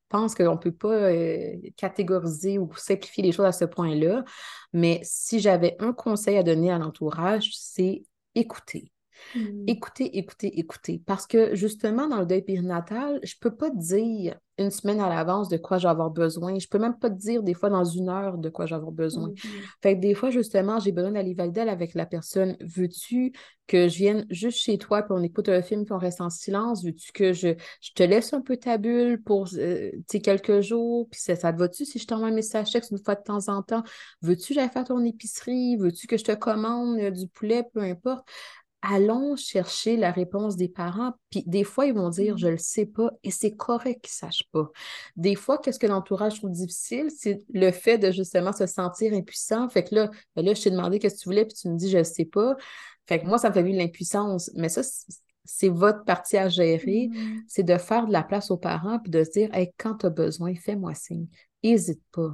pense qu'on ne peut pas euh, catégoriser ou simplifier les choses à ce point-là. Mais si j'avais un conseil à donner à l'entourage, c'est écouter. Mm. Écoutez, écoutez, écoutez. Parce que justement, dans le deuil périnatal, je peux pas te dire une semaine à l'avance de quoi je vais avoir besoin. Je peux même pas te dire des fois dans une heure de quoi je vais avoir besoin. Mhm. Fait que des fois, justement, j'ai besoin d'aller valider avec la personne. Veux-tu que je vienne juste chez toi puis on écoute un film puis on reste en silence? Veux-tu que je, je te laisse un peu ta bulle pour euh, tu sais, quelques jours? Puis ça, ça te va-tu si je t'envoie un message texte une fois de temps en temps? Veux-tu que j'aille faire ton épicerie? Veux-tu que je te commande euh, du poulet? Peu importe. Allons chercher la réponse des parents. Puis des fois, ils vont dire, je Mm. le sais pas, et c'est correct qu'ils ne sachent pas. Des fois, qu'est-ce que l'entourage trouve difficile, c'est le fait de justement se sentir impuissant. Fait que là, ben là je t'ai demandé qu'est-ce que tu voulais, puis tu me dis, je ne sais pas. Fait que moi, ça me fait vivre l'impuissance. Mais ça, c'est c'est votre partie à gérer. Mhm. C'est de faire de la place aux parents, puis de se dire, hey, quand tu as besoin, fais-moi signe. N'hésite pas.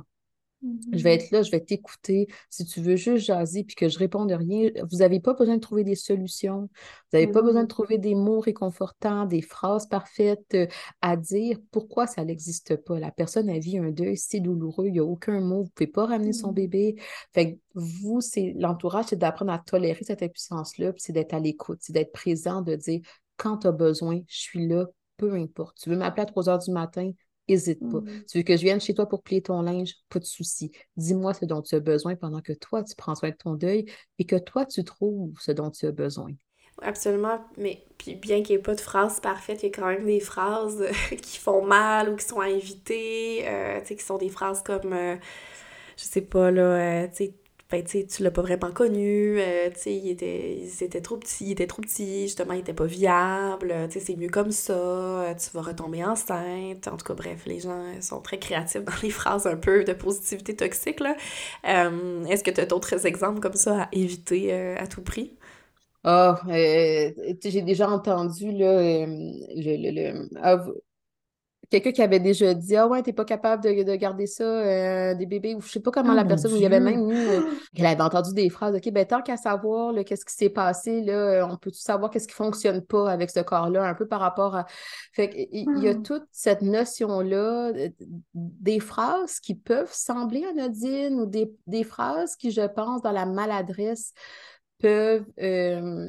Je vais Mhm. être là, je vais t'écouter. Si tu veux juste jaser puis que je réponde rien, vous n'avez pas besoin de trouver des solutions. Vous n'avez pas besoin de Mhm. trouver des mots réconfortants, des phrases parfaites euh, à dire. Pourquoi ça n'existe pas? La personne a vit un deuil, c'est douloureux, il n'y a aucun mot. Vous ne pouvez pas ramener son Mhm. bébé. Fait que vous, c'est l'entourage, c'est d'apprendre à tolérer cette impuissance-là, puis c'est d'être à l'écoute, c'est d'être présent, de dire quand tu as besoin, je suis là, peu importe. Tu veux m'appeler à trois heures du matin? N'hésite pas. Mhm. Tu veux que je vienne chez toi pour plier ton linge? Pas de souci. Dis-moi ce dont tu as besoin pendant que toi, tu prends soin de ton deuil et que toi, tu trouves ce dont tu as besoin. Absolument, mais puis bien qu'il n'y ait pas de phrases parfaites, il y a quand même des phrases euh, qui font mal ou qui sont à éviter, euh, tu sais, qui sont des phrases comme, euh, je sais pas, là, euh, tu sais, ben, tu sais, tu l'as pas vraiment connu, euh, tu sais, il était, ils étaient trop petits, il était trop petit, justement, il était pas viable, euh, tu sais, c'est mieux comme ça, euh, tu vas retomber enceinte, en tout cas, bref, les gens sont très créatifs dans les phrases un peu de positivité toxique, là. Euh, est-ce que tu as d'autres exemples comme ça à éviter euh, à tout prix? Ah, euh, tu sais, j'ai déjà entendu là, euh, le, le, le- ah, v- quelqu'un qui avait déjà dit ah ouais, t'es pas capable de, de garder ça, euh, des bébés, ou je sais pas comment Oh la mon personne, où il y avait Dieu! même eu, euh, qu'elle avait entendu des phrases, OK, ben tant qu'à savoir là, qu'est-ce qui s'est passé, là, euh, on peut-tu savoir qu'est-ce qui fonctionne pas avec ce corps-là, un peu par rapport à. Fait qu'il il il y a toute cette notion-là, euh, des phrases qui peuvent sembler anodines ou des, des phrases qui, je pense, dans la maladresse, peuvent euh,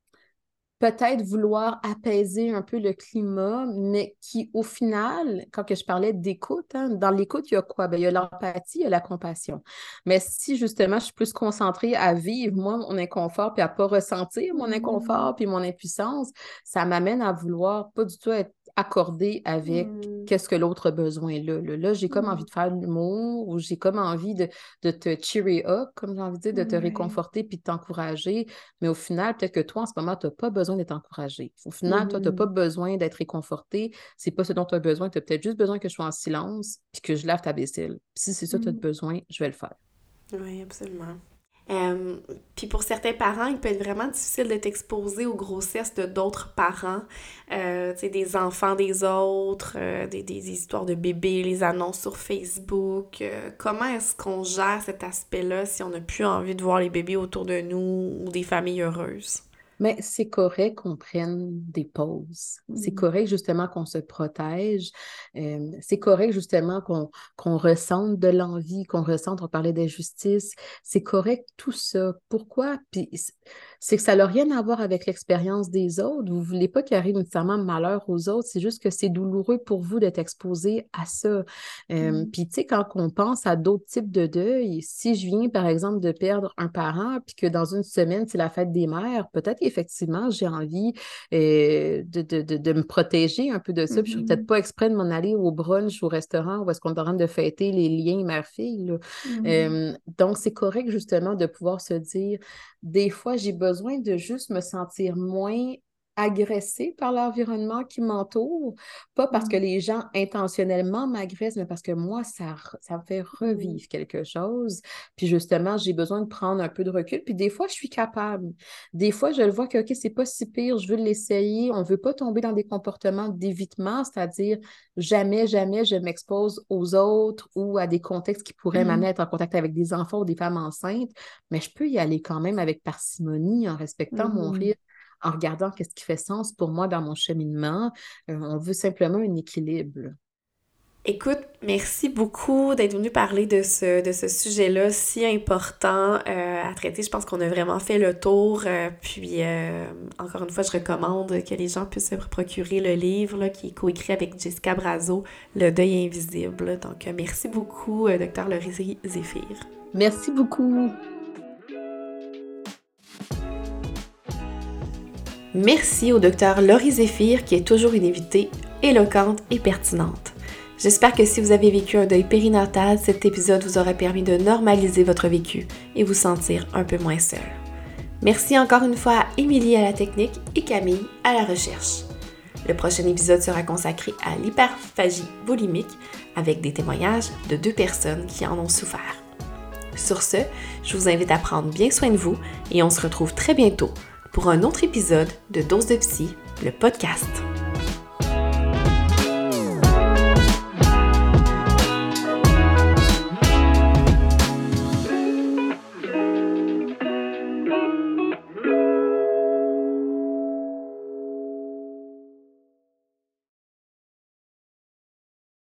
peut-être vouloir apaiser un peu le climat, mais qui, au final, quand que je parlais d'écoute, hein, dans l'écoute, il y a quoi? Ben, il y a l'empathie, il y a la compassion. Mais si, justement, je suis plus concentrée à vivre, moi, mon inconfort, puis à pas ressentir mon Mhm. inconfort, puis mon impuissance, ça m'amène à vouloir pas du tout être accordée avec Mhm. qu'est-ce que l'autre a besoin là. Là, là, j'ai comme envie Mhm. de faire de l'humour, ou j'ai comme envie de, de te cheery up, comme j'ai envie de dire, de te Ouais. réconforter, puis de t'encourager. Mais au final, peut-être que toi, en ce moment, tu n'as pas besoin d'être encouragé. Au final, toi, tu n'as pas Mhm. besoin d'être réconforté. C'est pas ce dont tu as besoin. Tu as peut-être juste besoin que je sois en silence puis que je lave ta vaisselle. Puis si c'est ça que tu as Mhm. besoin, je vais le faire. Oui, absolument. Euh, puis pour certains parents, il peut être vraiment difficile d'être exposé aux grossesses de d'autres parents, euh, tu sais, des enfants des autres, euh, des, des histoires de bébés, les annonces sur Facebook. Euh, comment est-ce qu'on gère cet aspect-là si on n'a plus envie de voir les bébés autour de nous ou des familles heureuses? Mais c'est correct qu'on prenne des pauses. C'est Mhm. correct justement qu'on se protège. Euh, c'est correct justement qu'on qu'on ressente de l'envie, qu'on ressente, on parlait d'injustice. C'est correct tout ça. Pourquoi? Puis c- c'est que ça n'a rien à voir avec l'expérience des autres. Vous ne voulez pas qu'il arrive nécessairement malheur aux autres. C'est juste que c'est douloureux pour vous d'être exposé à ça. Euh, Mhm. puis tu sais, quand on pense à d'autres types de deuil, si je viens par exemple de perdre un parent, puis que dans une semaine, c'est la fête des mères, peut-être qu'effectivement, j'ai envie euh, de, de, de, de me protéger un peu de ça. Puis je ne serais peut-être Mhm. pas exprès de m'en aller au brunch, au restaurant, où est-ce qu'on est en train de fêter les liens mère-fille, là. Mhm. Euh, donc, c'est correct justement de pouvoir se dire, des fois, j'ai besoin de juste me sentir moins agressée par l'environnement qui m'entoure, pas parce que Mhm. les gens intentionnellement m'agressent, mais parce que moi, ça, re- ça me fait Mhm. revivre quelque chose. Puis justement, j'ai besoin de prendre un peu de recul. Puis des fois, je suis capable. Des fois, je le vois que, OK, c'est pas si pire, je veux l'essayer. On veut pas tomber dans des comportements d'évitement, c'est-à-dire jamais, jamais je m'expose aux autres ou à des contextes qui pourraient m'amener à Mhm. être en contact avec des enfants ou des femmes enceintes, mais je peux y aller quand même avec parcimonie, en respectant mon Mhm. rythme, en regardant qu'est-ce qui fait sens pour moi dans mon cheminement. Euh, on veut simplement un équilibre. Écoute, merci beaucoup d'être venu parler de ce, de ce sujet-là si important euh, à traiter. Je pense qu'on a vraiment fait le tour. Euh, puis, euh, encore une fois, je recommande que les gens puissent se procurer le livre là, qui est coécrit avec Jessica Brazo, Le deuil invisible. Donc, euh, merci beaucoup, euh, docteur Laurie Zéphir. Merci beaucoup. Merci au docteur Laurie Zéphir qui est toujours une invitée éloquente et pertinente. J'espère que si vous avez vécu un deuil périnatal, cet épisode vous aura permis de normaliser votre vécu et vous sentir un peu moins seul. Merci encore une fois à Émilie à la technique et Camille à la recherche. Le prochain épisode sera consacré à l'hyperphagie boulimique avec des témoignages de deux personnes qui en ont souffert. Sur ce, je vous invite à prendre bien soin de vous et on se retrouve très bientôt pour un autre épisode de Dose de Psy, le podcast.